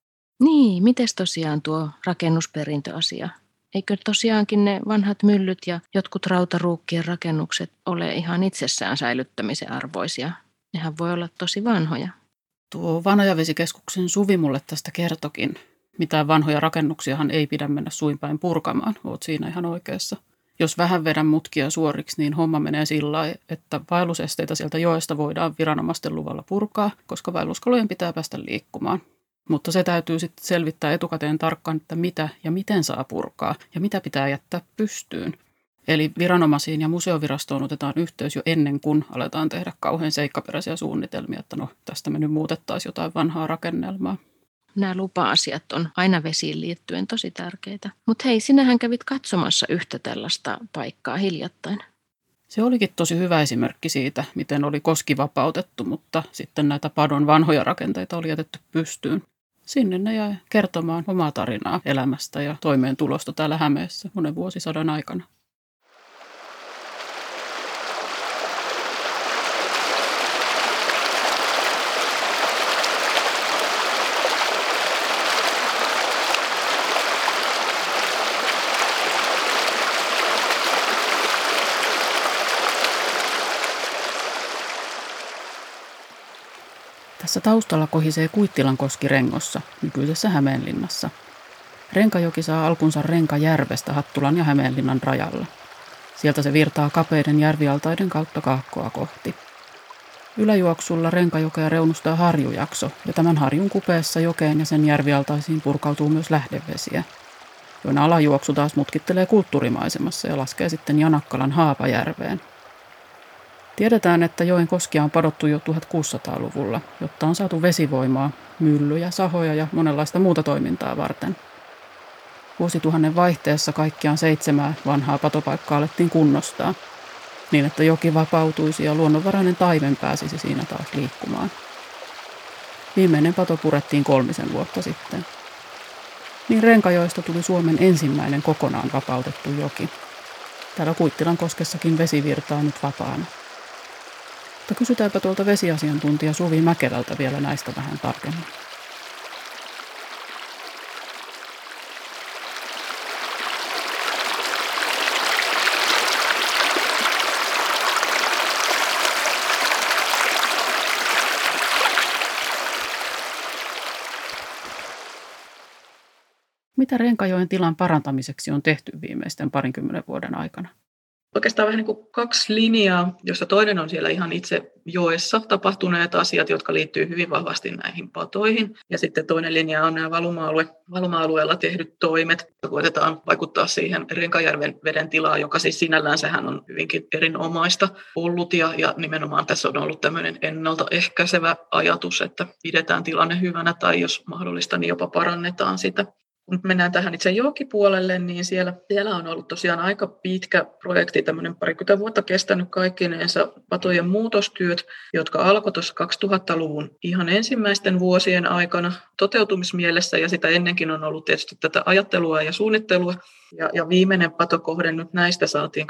Niin, mites tosiaan tuo rakennusperintöasia? Eikö tosiaankin ne vanhat myllyt ja jotkut rautaruukkien rakennukset ole ihan itsessään säilyttämisen arvoisia? Nehän voi olla tosi vanhoja. Tuo Vanajavesikeskuksen Suvi mulle tästä kertokin. Mitään vanhoja rakennuksiahan ei pidä mennä suinpäin purkamaan, oot siinä ihan oikeassa. Jos vähän vedän mutkia suoriksi, niin homma menee sillä lailla, että vaellusesteitä sieltä joesta voidaan viranomaisten luvalla purkaa, koska vaelluskalojen pitää päästä liikkumaan. Mutta se täytyy sitten selvittää etukäteen tarkkaan, että mitä ja miten saa purkaa ja mitä pitää jättää pystyyn. Eli viranomaisiin ja museovirastoon otetaan yhteys jo ennen kuin aletaan tehdä kauhean seikkaperäisiä suunnitelmia, että no tästä me nyt muutettaisiin jotain vanhaa rakennelmaa. Nämä lupa-asiat on aina vesiin liittyen tosi tärkeitä. Mutta hei, sinähän kävit katsomassa yhtä tällaista paikkaa hiljattain. Se olikin tosi hyvä esimerkki siitä, miten oli koski vapautettu, mutta sitten näitä padon vanhoja rakenteita oli jätetty pystyyn. Sinne ne jäi kertomaan omaa tarinaa elämästä ja toimeentulosta täällä Hämeessä monen vuosisadan aikana. Tässä taustalla kohisee Kuittilankoski Rengossa, nykyisessä Hämeenlinnassa. Renkajoki saa alkunsa Renkajärvestä Hattulan ja Hämeenlinnan rajalla. Sieltä se virtaa kapeiden järvialtaiden kautta Kaakkoa kohti. Yläjuoksulla Renkajokea reunustaa harjujakso, ja tämän harjun kupeessa jokeen ja sen järvialtaisiin purkautuu myös lähdevesiä, joiden alajuoksu taas mutkittelee kulttuurimaisemassa ja laskee sitten Janakkalan Haapajärveen. Tiedetään, että joen koskia on padottu jo 1600-luvulla, jotta on saatu vesivoimaa, myllyjä, sahoja ja monenlaista muuta toimintaa varten. Vuosituhannen vaihteessa kaikkiaan 7 vanhaa patopaikkaa alettiin kunnostaa, niin että joki vapautuisi ja luonnonvarainen taimen pääsisi siinä taas liikkumaan. Viimeinen pato purettiin 3 vuotta sitten. Niin Renkajoesta tuli Suomen ensimmäinen kokonaan vapautettu joki. Täällä Kuittilankoskessakin vesi virtaa nyt vapaana. Mutta kysytäänpä tuolta vesiasiantuntija Suvi Mäkelältä vielä näistä vähän tarkemmin. Mitä Renkajoen tilan parantamiseksi on tehty viimeisten 20 vuoden aikana? Oikeastaan vähän niin kuin 2 linjaa, jossa toinen on siellä ihan itse joessa tapahtuneet asiat, jotka liittyy hyvin vahvasti näihin patoihin. Ja sitten toinen linja on nämä valuma-alueella tehdyt toimet. Koitetaan vaikuttaa siihen Renkajärven veden tilaan, joka siis sinällään on hyvinkin erinomaista ollut. Ja nimenomaan tässä on ollut tämmöinen ennaltaehkäisevä ajatus, että pidetään tilanne hyvänä tai jos mahdollista, niin jopa parannetaan sitä. Kun mennään tähän itse jokipuolelle, niin siellä on ollut tosiaan aika pitkä projekti, tämmöinen 20 vuotta kestänyt kaikkinensa patojen muutostyöt, jotka alkoi tuossa 2000-luvun ihan ensimmäisten vuosien aikana toteutumismielessä, ja sitä ennenkin on ollut tietysti tätä ajattelua ja suunnittelua. Ja viimeinen patokohde nyt näistä saatiin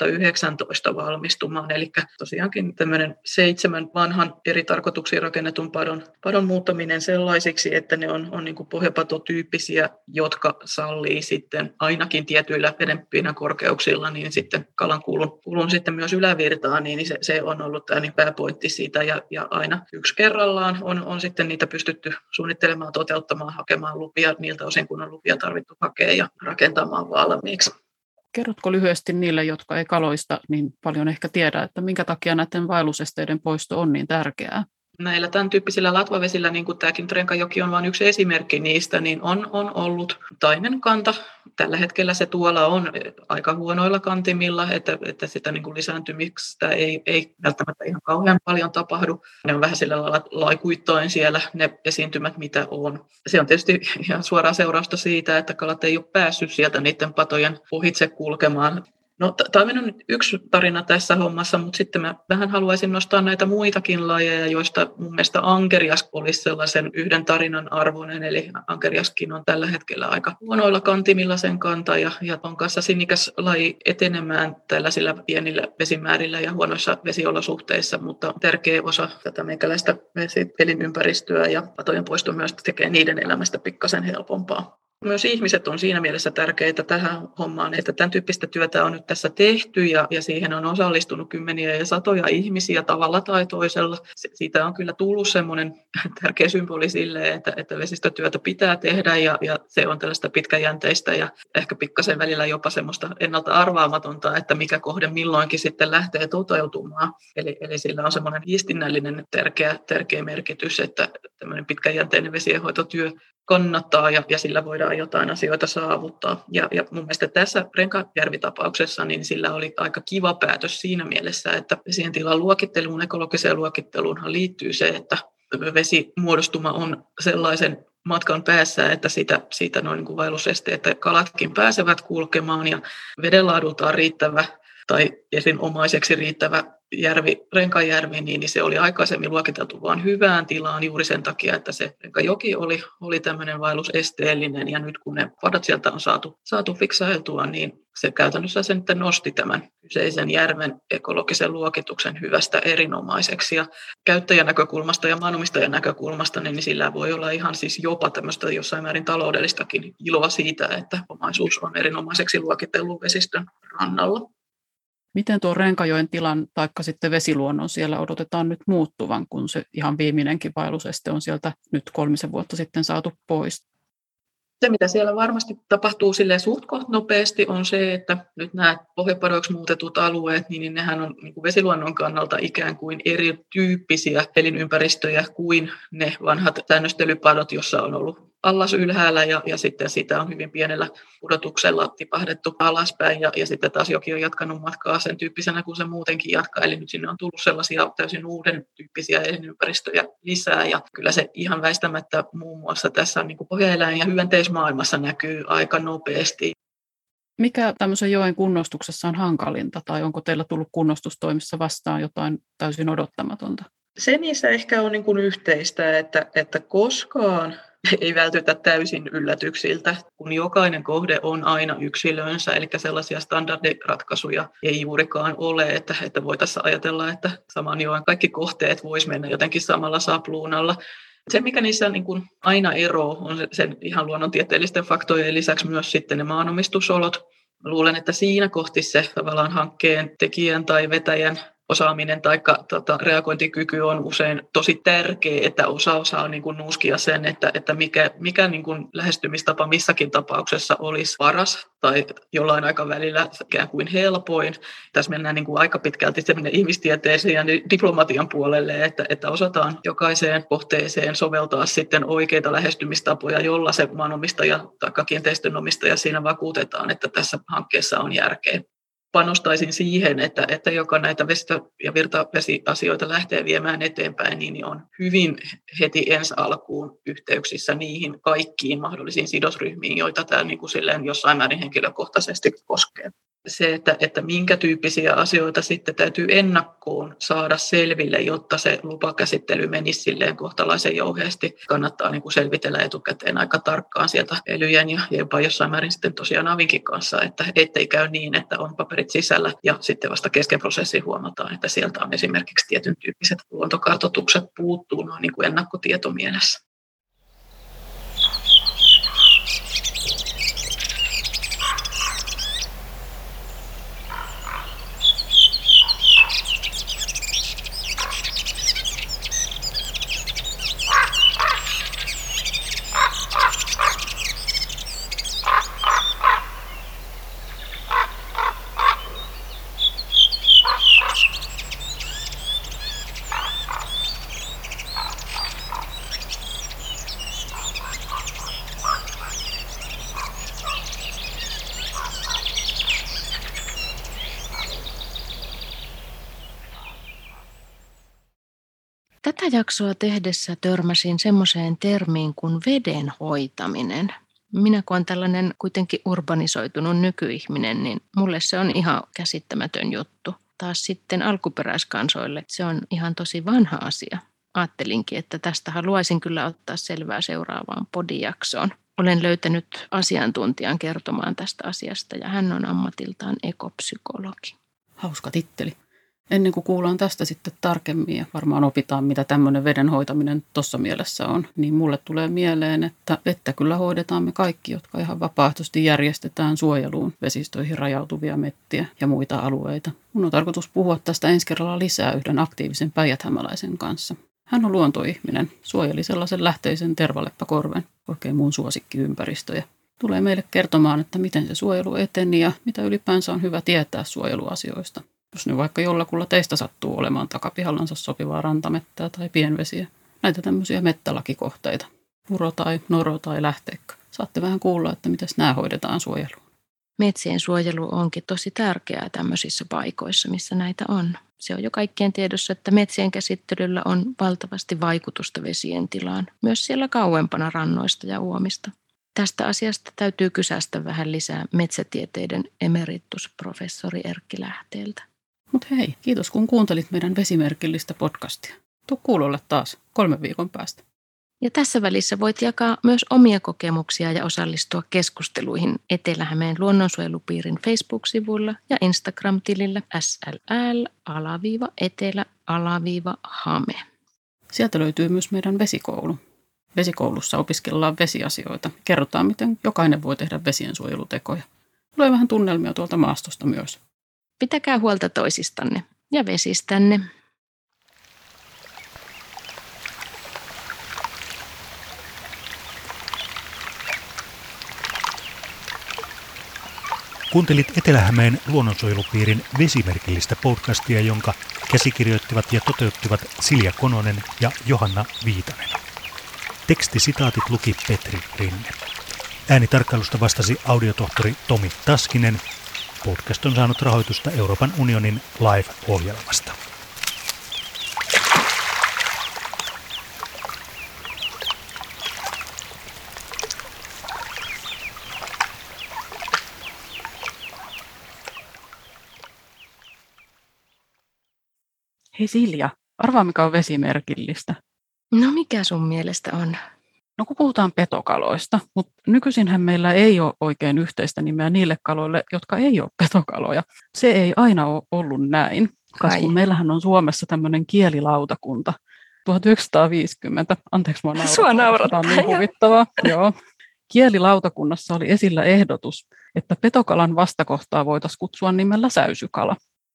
2019 valmistumaan, eli tosiaankin tämmöinen 7 vanhan eri tarkoituksiin rakennetun padon muuttaminen sellaisiksi, että ne on niin kuin pohjapatotyyppisiä, jotka sallii sitten ainakin tietyillä vedenpinnan korkeuksilla niin sitten kalan kulun sitten myös ylävirtaan, niin se on ollut tämä niin pääpointti siitä, ja aina yksi kerrallaan on sitten niitä pystytty suunnittelemaan, toteuttamaan, hakemaan lupia niiltä osin, kun on lupia tarvittu hakea ja rakentamaan valmiiksi. Kerrotko lyhyesti niille, jotka ei kaloista niin paljon ehkä tiedä, että minkä takia näiden vaellusesteiden poisto on niin tärkeää? Näillä tämän tyyppisillä latvavesillä, niin kuin tämäkin Trenkajoki on vain yksi esimerkki niistä, niin on ollut taimenkanta. Tällä hetkellä se tuolla on aika huonoilla kantimilla, että sitä niin kuin lisääntymistä ei välttämättä ihan kauhean paljon tapahdu. Ne on vähän sillä lailla laikuittain siellä ne esiintymät, mitä on. Se on tietysti ihan suoraa seurausta siitä, että kalat ei ole päässyt sieltä niiden patojen ohitse kulkemaan. No, taimen on yksi tarina tässä hommassa, mutta sitten mä vähän haluaisin nostaa näitä muitakin lajeja, joista mun mielestä ankerias olisi sellaisen yhden tarinan arvoinen, eli ankeriaskin on tällä hetkellä aika huonoilla kantimilla sen kanta, ja on kanssa sinnikäs laji etenemään tällaisilla pienillä vesimäärillä ja huonoissa vesiolosuhteissa, mutta tärkeä osa tätä meikäläistä elinympäristöä, ja patojen poisto myös tekee niiden elämästä pikkasen helpompaa. Myös ihmiset on siinä mielessä tärkeitä tähän hommaan, että tämän tyyppistä työtä on nyt tässä tehty ja siihen on osallistunut kymmeniä ja satoja ihmisiä tavalla tai toisella. Siitä on kyllä tullut semmoinen tärkeä symboli sille, että vesistötyötä pitää tehdä ja se on tällaista pitkäjänteistä ja ehkä pikkasen välillä jopa semmoista ennalta arvaamatonta, että mikä kohde milloinkin sitten lähtee toteutumaan. Eli sillä on semmoinen viestinnällinen tärkeä merkitys, että tämmöinen pitkäjänteinen vesienhoitotyö kannattaa ja sillä voidaan jotain asioita saavuttaa. Ja mun mielestä tässä Renkajärvi-tapauksessa niin sillä oli aika kiva päätös siinä mielessä, että vesien tilan luokitteluun, ekologiseen luokitteluunhan liittyy se, että vesimuodostuma on sellaisen matkan päässä, että siitä noin niin kuin vaellusesteet, että kalatkin pääsevät kulkemaan ja vedenlaadultaan riittävä tai esinomaiseksi riittävä Renkajärvi, niin se oli aikaisemmin luokiteltu vain hyvään tilaan juuri sen takia, että se Renkajoki oli tämmöinen vaellusesteellinen, ja nyt kun ne padat sieltä on saatu fiksailtua, niin se käytännössä sen nosti tämän kyseisen järven ekologisen luokituksen hyvästä erinomaiseksi. Ja käyttäjän näkökulmasta ja maanomistajan näkökulmasta, niin sillä voi olla ihan siis jopa tämmöistä jossain määrin taloudellistakin iloa siitä, että omaisuus on erinomaiseksi luokitellut vesistön rannalla. Miten tuo Renkajoen tilan taikka sitten vesiluonnon siellä odotetaan nyt muuttuvan, kun se ihan viimeinenkin vaelluseste on sieltä nyt 3 vuotta sitten saatu pois? Se, mitä siellä varmasti tapahtuu silleen suht nopeasti, on se, että nyt nämä pohjapadoiksi muutetut alueet, niin nehän on niin kuin vesiluonnon kannalta ikään kuin erityyppisiä elinympäristöjä kuin ne vanhat säännöstelypadot, jossa on ollut allas ylhäällä ja sitten siitä on hyvin pienellä pudotuksella tipahdettu alaspäin ja sitten taas joki on jatkanut matkaa sen tyyppisenä kuin se muutenkin jatkaa. Eli nyt sinne on tullut sellaisia täysin uuden tyyppisiä elinympäristöjä lisää ja kyllä se ihan väistämättä muun muassa tässä niin kuin pohjaeläin- ja hyönteismaailmassa näkyy aika nopeasti. Mikä tämmöisen joen kunnostuksessa on hankalinta tai onko teillä tullut kunnostustoimissa vastaan jotain täysin odottamatonta? Se niissä ehkä on niin kuin yhteistä, että koskaan ei vältytä täysin yllätyksiltä, kun jokainen kohde on aina yksilönsä, eli sellaisia standardiratkaisuja ei juurikaan ole, että voitaisiin ajatella, että saman joen kaikki kohteet vois mennä jotenkin samalla sapluunalla. Se, mikä niissä niin kuin aina ero on sen ihan luonnontieteellisten faktojen lisäksi myös sitten ne maanomistusolot. Mä luulen, että siinä kohti se tavallaan hankkeen tekijän tai vetäjän osaaminen tai reagointikyky on usein tosi tärkeä, että osaa niin kuin nuuskia sen, että mikä niin kuin lähestymistapa missäkin tapauksessa olisi paras tai jollain aikavälillä ikään kuin helpoin. Tässä mennään niin kuin aika pitkälti ihmistieteeseen ja diplomatian puolelle, että osataan jokaiseen kohteeseen soveltaa sitten oikeita lähestymistapoja, jolla se maanomistaja tai kiinteistönomistaja siinä vakuutetaan, että tässä hankkeessa on järkeä. panostaisin siihen, että joka näitä vesistö- ja virtavesiasioita lähtee viemään eteenpäin, niin on hyvin heti ensi alkuun yhteyksissä niihin kaikkiin mahdollisiin sidosryhmiin, joita tämä niin kuin silleen jossain määrin henkilökohtaisesti koskee. Se, että minkä tyyppisiä asioita sitten täytyy ennakkoon saada selville, jotta se lupakäsittely menisi silleen kohtalaisen jouheasti. Kannattaa niin kuin selvitellä etukäteen aika tarkkaan sieltä elyjen ja jopa jossain määrin sitten tosiaan avinkin kanssa, että ettei käy niin, että on paperit sisällä ja sitten vasta kesken prosessin huomataan, että sieltä on esimerkiksi tietyn tyyppiset luontokartoitukset puuttuu noin niin kuin ennakkotietomielessä. Tätä jaksoa tehdessä törmäsin semmoiseen termiin kuin veden hoitaminen. Minä kun olen tällainen kuitenkin urbanisoitunut nykyihminen, niin mulle se on ihan käsittämätön juttu. Taas sitten alkuperäiskansoille se on ihan tosi vanha asia. Ajattelinkin, että tästä haluaisin kyllä ottaa selvää seuraavaan podijaksoon. Olen löytänyt asiantuntijan kertomaan tästä asiasta ja hän on ammatiltaan ekopsykologi. Hauska titteli. Ennen kuin kuullaan tästä sitten tarkemmin ja varmaan opitaan, mitä tämmöinen veden hoitaminen tuossa mielessä on, niin mulle tulee mieleen, että vettä kyllä hoidetaan me kaikki, jotka ihan vapaaehtoisesti järjestetään suojeluun vesistöihin rajautuvia mettiä ja muita alueita. Mun on tarkoitus puhua tästä ensi kerralla lisää yhden aktiivisen päijäthämäläisen kanssa. Hän on luontoihminen, suojeli sellaisen lähteisen tervaleppäkorven, oikein mun suosikkiympäristö, ja tulee meille kertomaan, että miten se suojelu eteni ja mitä ylipäänsä on hyvä tietää suojeluasioista. Jos nyt vaikka jollakulla teistä sattuu olemaan takapihallansa sopivaa rantamettää tai pienvesiä, näitä tämmöisiä mettälakikohteita, puro tai noro tai lähteikkä. Saatte vähän kuulla, että miten nämä hoidetaan suojeluun. Metsien suojelu onkin tosi tärkeää tämmöisissä paikoissa, missä näitä on. Se on jo kaikkien tiedossa, että metsien käsittelyllä on valtavasti vaikutusta vesien tilaan, myös siellä kauempana rannoista ja uomista. Tästä asiasta täytyy kysästä vähän lisää metsätieteiden emeritusprofessori Erkki Lähteeltä. Mutta hei, kiitos kun kuuntelit meidän vesimerkillistä podcastia. Tuu kuulolle taas 3 viikon päästä. Ja tässä välissä voit jakaa myös omia kokemuksia ja osallistua keskusteluihin Etelä-Hämeen luonnonsuojelupiirin Facebook-sivuilla ja Instagram-tilillä sll_etelä_hame. Sieltä löytyy myös meidän vesikoulu. Vesikoulussa opiskellaan vesiasioita. Kerrotaan, miten jokainen voi tehdä vesiensuojelutekoja. Tulee vähän tunnelmia tuolta maastosta myös. Pitäkää huolta toisistanne ja vesistänne. Kuuntelit Etelä-Hämeen luonnonsuojelupiirin vesimerkillistä podcastia, jonka käsikirjoittivat ja toteuttivat Silja Kononen ja Johanna Viitanen. Tekstisitaatit luki Petri Rinne. Äänitarkkailusta vastasi audiotohtori Tomi Taskinen. Podcast on saanut rahoitusta Euroopan unionin LIFE-ohjelmasta. Hei Silja, arvaa mikä on vesimerkillistä. No mikä sun mielestä on? No kun puhutaan petokaloista, mutta nykyisinhän meillä ei ole oikein yhteistä nimeä niille kaloille, jotka ei ole petokaloja. Se ei aina ole ollut näin, koska meillähän on Suomessa tämmöinen kielilautakunta 1950. Anteeksi, mua naurattaa. Tämä on niin huvittavaa. Joo. Kielilautakunnassa oli esillä ehdotus, että petokalan vastakohtaa voitaisiin kutsua nimellä säysykala.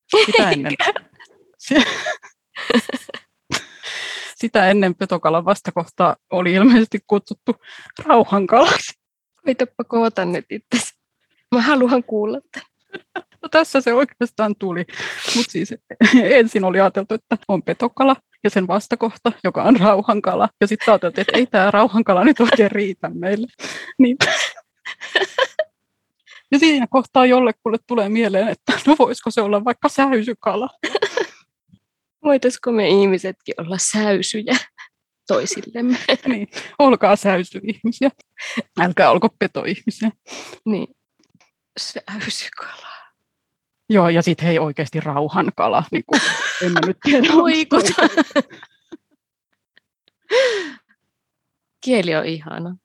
Sitä ennen petokalan vastakohtaa oli ilmeisesti kutsuttu rauhankalaksi. Koitapa koota nyt itsesi. Mä haluan kuulla tämän. No tässä se oikeastaan tuli. Mutta siis ensin oli ajateltu, että on petokala ja sen vastakohta, joka on rauhankala. Ja sitten ajateltiin, että ei tämä rauhankala nyt oikein riitä meille. Niin. Ja siinä kohtaa jollekulle tulee mieleen, että no voisiko se olla vaikka säysykala. Voitaisiko me ihmisetkin olla säysyjä toisillemme? Niin, olkaa säysy-ihmisiä. Älkää olko petoihmisiä. Niin, säysykala. Joo, ja sitten hei oikeasti rauhankala. Niin kuin, en mä nyt tiedä. Oikuta. Kieli on ihana.